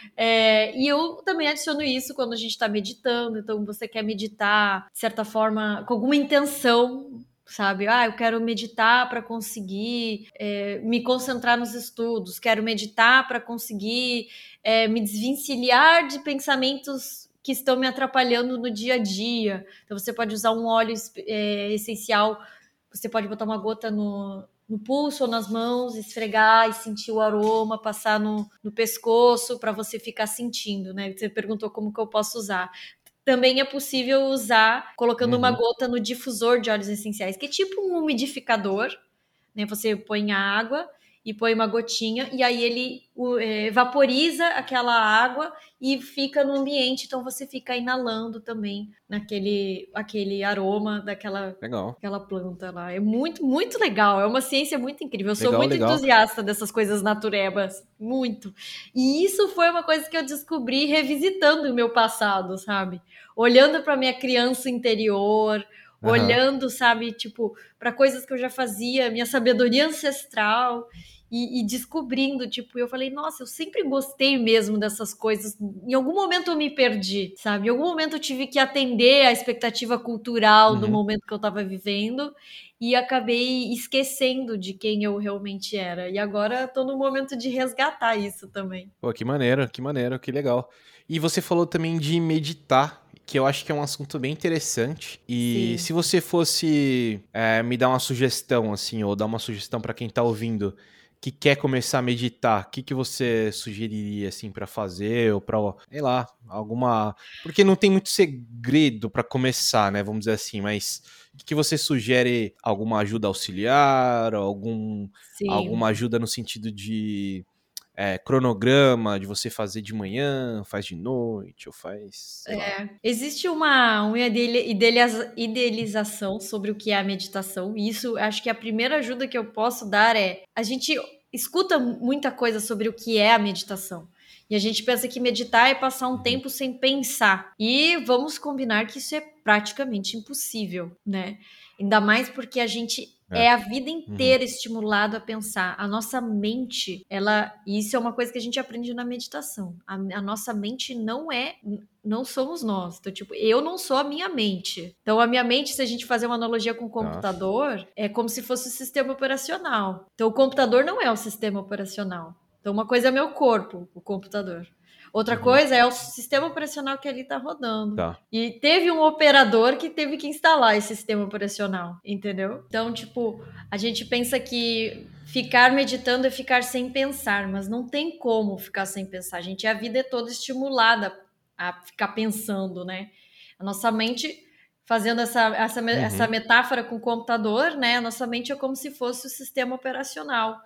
É, e eu também adiciono isso quando a gente está meditando. Então, você quer meditar, de certa forma, com alguma intenção, sabe? Ah, eu quero meditar para conseguir é, me concentrar nos estudos, quero meditar para conseguir é, me desvencilhar de pensamentos que estão me atrapalhando no dia a dia. Então, você pode usar um óleo é, essencial, você pode botar uma gota no, no pulso ou nas mãos, esfregar e sentir o aroma, passar no, no pescoço para você ficar sentindo, né? Você perguntou como que eu posso usar. Também é possível usar colocando uhum. uma gota no difusor de óleos essenciais, que é tipo um umidificador, né? Você põe a água e põe uma gotinha, e aí ele é, vaporiza aquela água e fica no ambiente, então você fica inalando também naquele aquele aroma daquela aquela planta lá. É muito, muito legal, é uma ciência muito incrível. Eu sou legal, muito legal. entusiasta dessas coisas naturebas, muito. E isso foi uma coisa que eu descobri revisitando o meu passado, sabe? Olhando para minha criança interior, uhum. olhando, sabe, tipo, para coisas que eu já fazia, minha sabedoria ancestral, e, e descobrindo, tipo, eu falei, nossa, eu sempre gostei mesmo dessas coisas. Em algum momento eu me perdi, sabe? Em algum momento eu tive que atender à expectativa cultural uhum. do momento que eu estava vivendo e acabei esquecendo de quem eu realmente era. E agora estou no momento de resgatar isso também. Pô, que maneiro, que maneiro, que legal. E você falou também de meditar, que eu acho que é um assunto bem interessante. E Sim. se você fosse é, me dar uma sugestão, assim, ou dar uma sugestão para quem tá ouvindo, que quer começar a meditar, o que, que você sugeriria, assim, para fazer, ou pra, sei lá, alguma... Porque não tem muito segredo para começar, né, vamos dizer assim, mas o que, que você sugere? Alguma ajuda auxiliar, algum, alguma ajuda no sentido de... É, cronograma de você fazer de manhã, faz de noite, ou faz... É, existe uma, uma idealiza, idealização sobre o que é a meditação, e isso acho que a primeira ajuda que eu posso dar é, a gente escuta muita coisa sobre o que é a meditação, e a gente pensa que meditar é passar um uhum. tempo sem pensar, e vamos combinar que isso é praticamente impossível, né? Ainda mais porque a gente é, é a vida inteira uhum. estimulado a pensar. A nossa mente, ela, e isso é uma coisa que a gente aprende na meditação. A, a nossa mente não é, não somos nós. Então, tipo, eu não sou a minha mente. Então, a minha mente, se a gente fazer uma analogia com o computador, nossa. é como se fosse o sistema operacional. Então, o computador não é o sistema operacional. Então, uma coisa é meu corpo, o computador. Outra uhum. coisa é o sistema operacional que ali está rodando. Tá. E teve um operador que teve que instalar esse sistema operacional, entendeu? Então, tipo, a gente pensa que ficar meditando é ficar sem pensar, mas não tem como ficar sem pensar. A gente, a vida é toda estimulada a ficar pensando, né? A nossa mente, fazendo essa, essa, uhum. essa metáfora com o computador, né? A nossa mente é como se fosse o sistema operacional.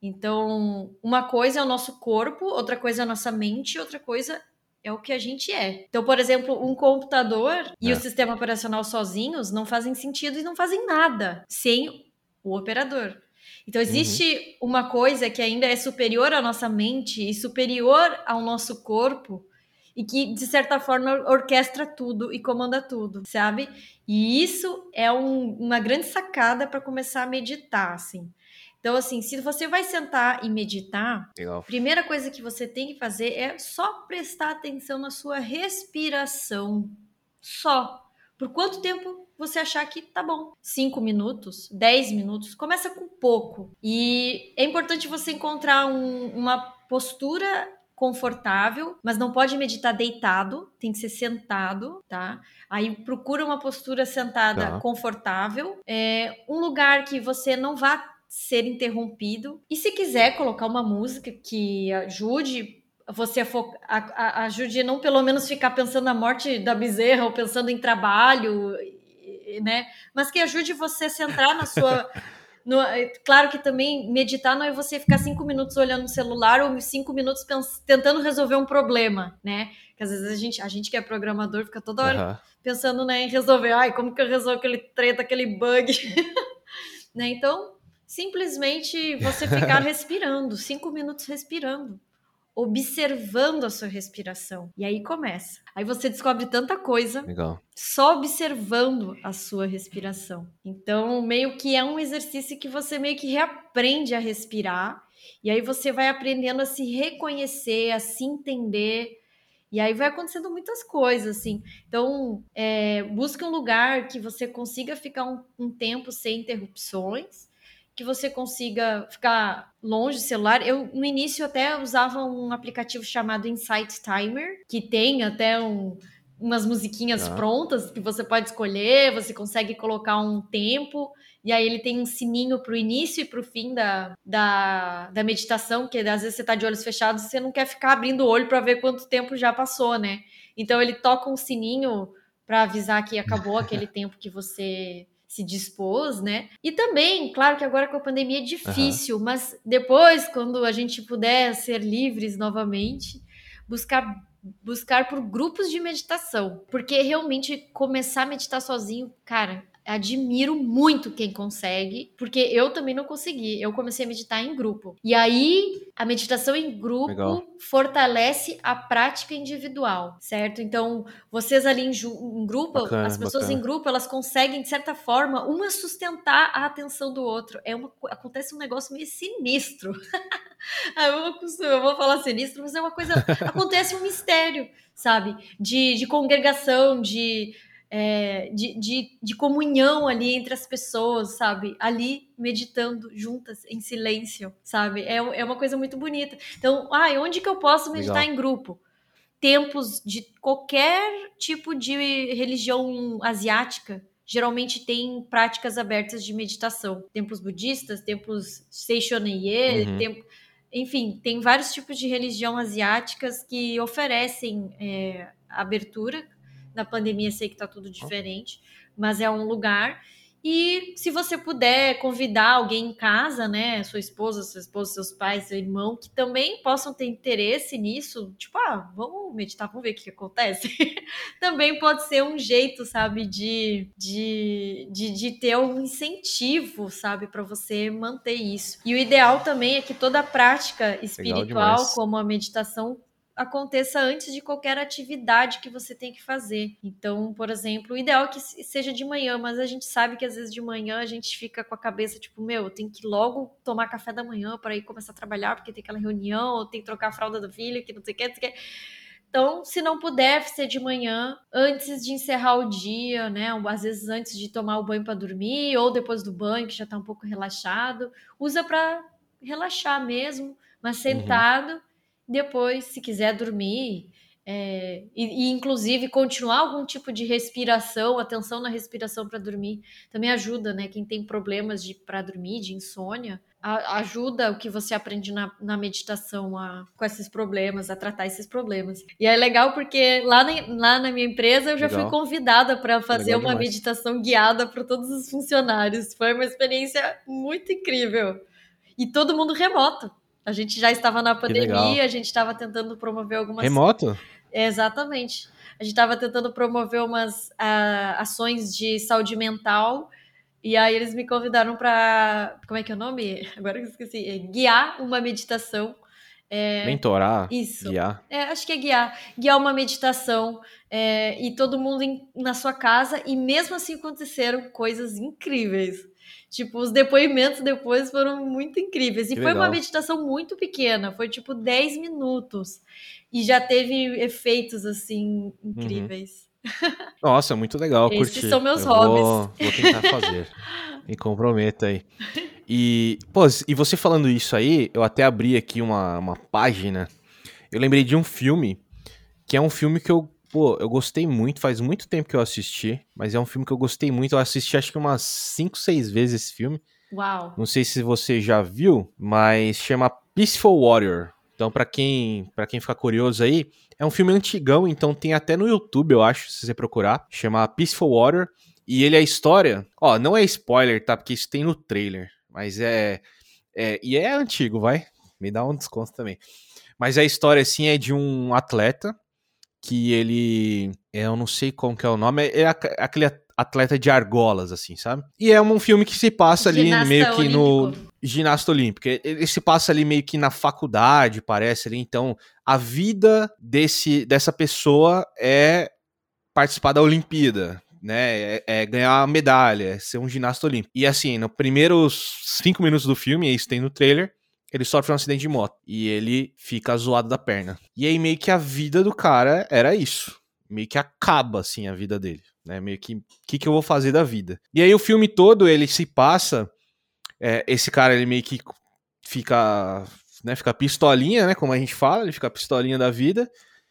Então, uma coisa é o nosso corpo, outra coisa é a nossa mente, outra coisa é o que a gente é. Então, por exemplo, um computador é. e o sistema operacional sozinhos não fazem sentido e não fazem nada sem o operador. Então, existe uhum. uma coisa que ainda é superior à nossa mente e superior ao nosso corpo e que, de certa forma, orquestra tudo e comanda tudo, sabe? E isso é um, uma grande sacada para começar a meditar, assim. Então, assim, se você vai sentar e meditar, a primeira coisa que você tem que fazer é só prestar atenção na sua respiração. Só. Por quanto tempo você achar que tá bom? Cinco minutos? Dez minutos? Começa com pouco. E é importante você encontrar um, uma postura confortável, mas não pode meditar deitado, tem que ser sentado, tá? Aí procura uma postura sentada tá. confortável, é, um lugar que você não vá ser interrompido. E se quiser colocar uma música que ajude você a, a, a, ajude não pelo menos ficar pensando na morte da bezerra ou pensando em trabalho, né? Mas que ajude você a centrar na sua... No, claro que também meditar não é você ficar cinco minutos olhando no celular ou cinco minutos pens, tentando resolver um problema, né? Que às vezes a gente, a gente que é programador fica toda hora uhum. pensando, né, em resolver. Ai, como que eu resolvo aquele treta, aquele bug? Né? Então, simplesmente você ficar respirando, cinco minutos respirando, observando a sua respiração. E aí começa. Aí você descobre tanta coisa Legal. Só observando a sua respiração. Então, meio que é um exercício que você meio que reaprende a respirar. E aí você vai aprendendo a se reconhecer, a se entender. E aí vai acontecendo muitas coisas, assim. Então, é, busca um lugar que você consiga ficar um, um tempo sem interrupções, que você consiga ficar longe do celular. Eu, no início, até usava um aplicativo chamado Insight Timer, que tem até um, umas musiquinhas ah. prontas que você pode escolher, você consegue colocar um tempo, e aí ele tem um sininho para o início e para o fim da, da, da meditação, que às vezes você está de olhos fechados e você não quer ficar abrindo o olho para ver quanto tempo já passou, né? Então ele toca um sininho para avisar que acabou aquele tempo que você... se dispôs, né? E também, claro que agora com a pandemia é difícil, uhum. mas depois, quando a gente puder ser livres novamente, buscar, buscar por grupos de meditação. Porque realmente começar a meditar sozinho, cara, admiro muito quem consegue, porque eu também não consegui. Eu comecei a meditar em grupo. E aí, a meditação em grupo Legal. Fortalece a prática individual, certo? Então, vocês ali em, em grupo, bacana, as pessoas bacana. Em grupo, elas conseguem, de certa forma, uma sustentar a atenção do outro. É uma, acontece um negócio meio sinistro. eu, vou, eu vou falar sinistro, mas é uma coisa... acontece um mistério, sabe? De, de congregação, de... É, de, de, de comunhão ali entre as pessoas, sabe? Ali meditando juntas, em silêncio, sabe? É, é uma coisa muito bonita. Então, ah, onde que eu posso meditar Legal. Em grupo? Templos de qualquer tipo de religião asiática geralmente tem práticas abertas de meditação. Templos budistas, templos Seishoneye, uhum. templo... enfim, tem vários tipos de religião asiáticas que oferecem é, abertura. Na pandemia sei que tá tudo diferente, mas é um lugar. E se você puder convidar alguém em casa, né, sua esposa, sua esposa, seus pais, seu irmão, que também possam ter interesse nisso, tipo, ah, vamos meditar, vamos ver o que, que acontece. Também pode ser um jeito, sabe, de, de, de, de ter um incentivo, sabe, para você manter isso. E o ideal também é que toda prática espiritual, como a meditação, aconteça antes de qualquer atividade que você tem que fazer. Então, por exemplo, o ideal é que seja de manhã, mas a gente sabe que às vezes de manhã a gente fica com a cabeça tipo, meu, eu tenho que logo tomar café da manhã para ir começar a trabalhar, porque tem aquela reunião, ou tem que trocar a fralda do filho, que não sei o que, não sei o que. Então, se não puder ser de manhã, antes de encerrar o dia, né? Às vezes antes de tomar o banho para dormir, ou depois do banho, que já está um pouco relaxado, usa para relaxar mesmo, mas sentado. Uhum. Depois, se quiser dormir, é, e, e inclusive continuar algum tipo de respiração, atenção na respiração para dormir, também ajuda, né? Quem tem problemas de para dormir, de insônia, a, ajuda o que você aprende na, na meditação a, com esses problemas, a tratar esses problemas. E é legal porque lá na, lá na minha empresa eu já legal. Fui convidada para fazer legal uma demais. Meditação guiada para todos os funcionários. Foi uma experiência muito incrível. E todo mundo remoto. A gente já estava na pandemia, a gente estava tentando promover algumas... Remoto? Exatamente. A gente estava tentando promover umas uh, ações de saúde mental E aí eles me convidaram para, como é que é o nome? Agora que eu esqueci. É, guiar uma meditação. É, Mentorar, isso. guiar. É, acho que é guiar. Guiar uma meditação. É, e todo mundo em, na sua casa. E mesmo assim aconteceram coisas incríveis. Tipo, os depoimentos depois foram muito incríveis. E Que foi uma legal. meditação muito pequena. Foi tipo dez minutos. E já teve efeitos, assim, Uhum. incríveis. Nossa, muito legal, Esses curti. são meus Eu hobbies. vou, vou tentar fazer. Me comprometo aí. E, pô, e você falando isso aí, eu até abri aqui uma, uma página. Eu lembrei de um filme, que é um filme que eu, pô, eu gostei muito, faz muito tempo que eu assisti, mas é um filme que eu gostei muito. Eu assisti acho que umas cinco, seis vezes esse filme. Uau. Não sei se você já viu, mas chama Peaceful Warrior. Então, pra quem, para quem ficar curioso aí, é um filme antigão, então tem até no YouTube, eu acho, se você procurar. Chama Peaceful Warrior. E ele é a história. Ó, não é spoiler, tá? Porque isso tem no trailer. Mas é. é e é antigo, vai. Me dá um desconto também. Mas a história, assim, é de um atleta que ele. é, Eu não sei como que é o nome. É aque- aquele atleta de argolas, assim, sabe? E é um filme que se passa ali meio Ginasta que olímpico. no. Ginasta olímpico. Ele se passa ali meio que na faculdade, parece ali. Então, a vida desse, dessa pessoa é participar da Olimpíada, né? É, é ganhar uma medalha, é ser um ginasta olímpico. E assim, nos primeiros cinco minutos do filme, isso tem no trailer, ele sofre um acidente de moto e ele fica zoado da perna. E aí meio que a vida do cara era isso. Meio que acaba, assim, a vida dele, né? Meio que, o que, que eu vou fazer da vida? E aí o filme todo, ele se passa, é, esse cara, ele meio que fica, né, fica pistolinha, né, como a gente fala, ele fica pistolinha da vida,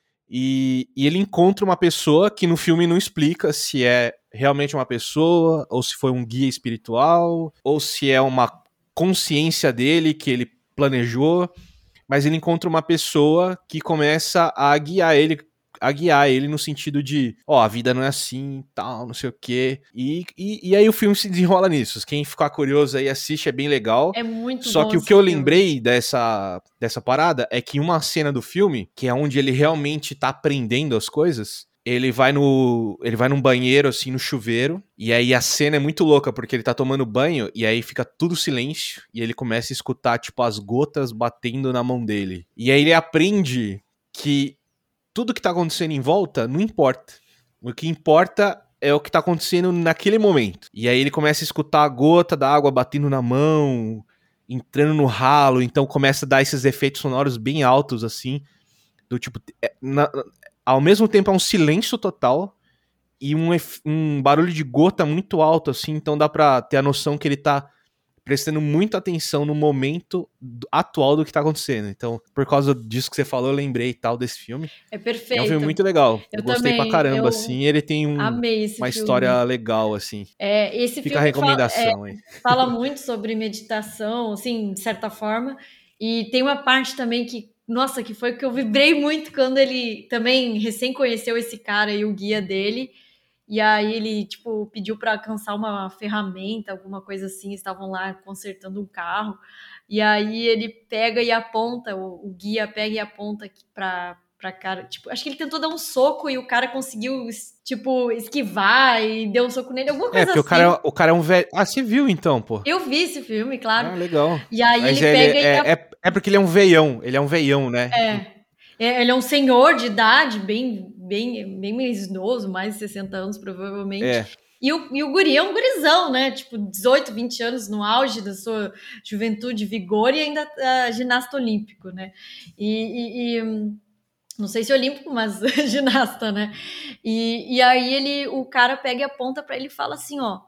e, e ele encontra uma pessoa que no filme não explica se é realmente uma pessoa, ou se foi um guia espiritual, ou se é uma consciência dele que ele planejou, mas ele encontra uma pessoa que começa a guiar ele, a guiar ele no sentido de, ó, a vida não é assim, tal, não sei o quê. E, e, e aí o filme se desenrola nisso. Quem ficar curioso aí assiste, é bem legal. É muito Só bom que o esse que eu filme. lembrei dessa, dessa parada é que uma cena do filme, que é onde ele realmente tá aprendendo as coisas, ele vai no. Ele vai num banheiro, assim, no chuveiro. E aí a cena é muito louca, porque ele tá tomando banho e aí fica tudo silêncio. E ele começa a escutar, tipo, as gotas batendo na mão dele. E aí ele aprende que tudo que tá acontecendo em volta não importa. O que importa é o que tá acontecendo naquele momento. E aí ele começa a escutar a gota da água batendo na mão, entrando no ralo, então começa a dar esses efeitos sonoros bem altos, assim, do tipo. É, na, ao mesmo tempo é um silêncio total e um, um barulho de gota muito alto, assim, então dá pra ter a noção que ele tá prestando muita atenção no momento atual do que tá acontecendo. Então, por causa disso que você falou, eu lembrei tal desse filme. É E é um filme perfeito. muito legal. Eu Eu gostei pra também, caramba, eu assim. Ele tem um, amei esse uma filme. história legal, assim. É, esse Fica a filme fala, é, recomendação aí. fala muito sobre meditação, assim, de certa forma. E tem uma parte também que, nossa, que foi que eu vibrei muito quando ele também recém conheceu esse cara e o guia dele. E aí ele, tipo, pediu para alcançar uma ferramenta, alguma coisa assim, estavam lá consertando um carro. E aí ele pega e aponta, o, o guia pega e aponta para para cara, tipo, acho que ele tentou dar um soco e o cara conseguiu, tipo, esquivar e deu um soco nele, alguma É, coisa porque o cara, assim. é- o cara é um velho. Ah, você viu então, pô. Eu vi esse filme, claro. Ah, legal. E aí Mas ele ele pega e é, é, é porque ele é um veião. Ele é um veião, né? é, é, ele é um senhor de idade, bem, bem, bem mais idoso, mais de sessenta anos, provavelmente. É. E o, e o guri é um gurizão, né? Tipo, dezoito, vinte anos no auge da sua juventude, vigor e ainda uh, ginasta olímpico, né? E, e, e, não sei se olímpico, mas ginasta, né? E, e aí ele, o cara pega e aponta para ele e fala assim, ó,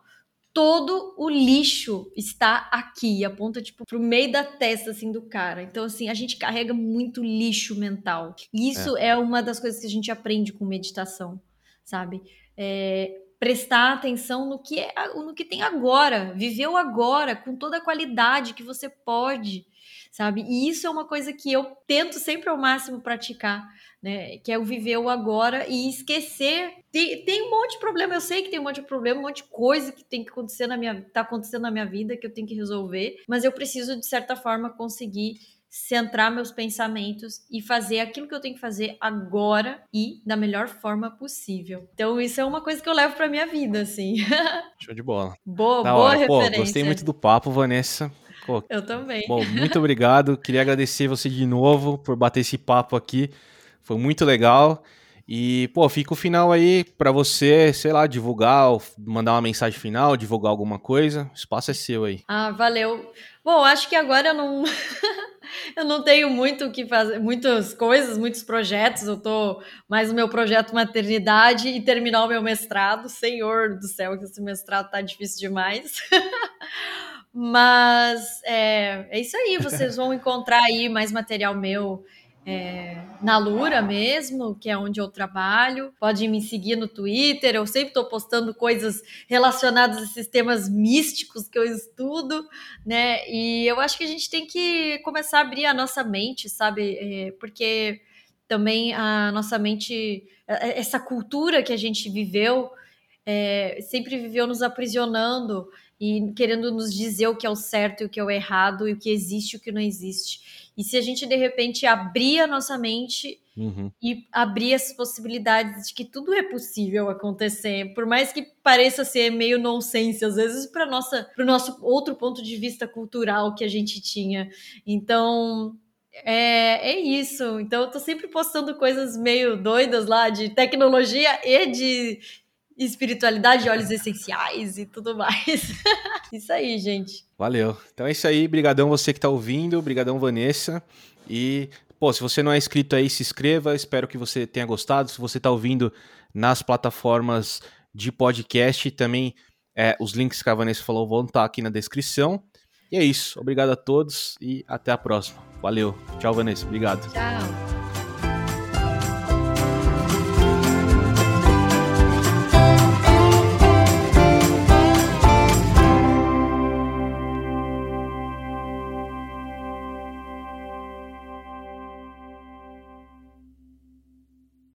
todo o lixo está aqui, aponta tipo pro meio da testa assim do cara. Então assim, a gente carrega muito lixo mental. E É. isso é uma das coisas que a gente aprende com meditação, sabe? É, prestar atenção no que é, no que tem agora, viver o agora com toda a qualidade que você pode, sabe? E isso é uma coisa que eu tento sempre ao máximo praticar, né? Que é o viver o agora e esquecer. Tem, tem um monte de problema, eu sei que tem um monte de problema, um monte de coisa que tem que acontecer na minha, tá acontecendo na minha vida que eu tenho que resolver, mas eu preciso de certa forma conseguir centrar meus pensamentos e fazer aquilo que eu tenho que fazer agora e da melhor forma possível. Então isso é uma coisa que eu levo pra minha vida, assim. Show de bola. Boa, Da boa hora. Pô, referência. gostei muito do papo, Vanessa. Pô, eu também. Bom, muito obrigado. Queria agradecer você de novo por bater esse papo aqui. Foi muito legal. E, pô, fica o final aí pra você, sei lá, divulgar, mandar uma mensagem final, divulgar alguma coisa. O espaço é seu aí. Ah, valeu. Bom, acho que agora eu não... eu não tenho muito o que fazer, muitas coisas, muitos projetos. Eu tô mais no meu projeto maternidade e terminar o meu mestrado. Senhor do céu, que esse mestrado tá difícil demais. Mas é, é isso aí, vocês vão encontrar aí mais material meu é, na Lura mesmo, que é onde eu trabalho. Podem me seguir no Twitter, eu sempre estou postando coisas relacionadas a sistemas místicos que eu estudo, né? E eu acho que a gente tem que começar a abrir a nossa mente, sabe? É, porque também a nossa mente, essa cultura que a gente viveu, é, sempre viveu nos aprisionando e querendo nos dizer o que é o certo e o que é o errado, e o que existe e o que não existe. E se a gente, de repente, abrir a nossa mente uhum. e abrir as possibilidades de que tudo é possível acontecer, por mais que pareça ser meio nonsense, às vezes, para o nosso outro ponto de vista cultural que a gente tinha. Então... É, é isso. Então, eu tô sempre postando coisas meio doidas lá de tecnologia e de espiritualidade, óleos essenciais e tudo mais. Isso aí, gente. Valeu. Então é isso aí. Brigadão você que tá ouvindo. Brigadão, Vanessa. E, pô, se você não é inscrito aí, se inscreva. Espero que você tenha gostado. Se você tá ouvindo nas plataformas de podcast, também é, os links que a Vanessa falou vão estar aqui na descrição. E é isso. Obrigado a todos e até a próxima. Valeu. Tchau, Vanessa. Obrigado. Tchau.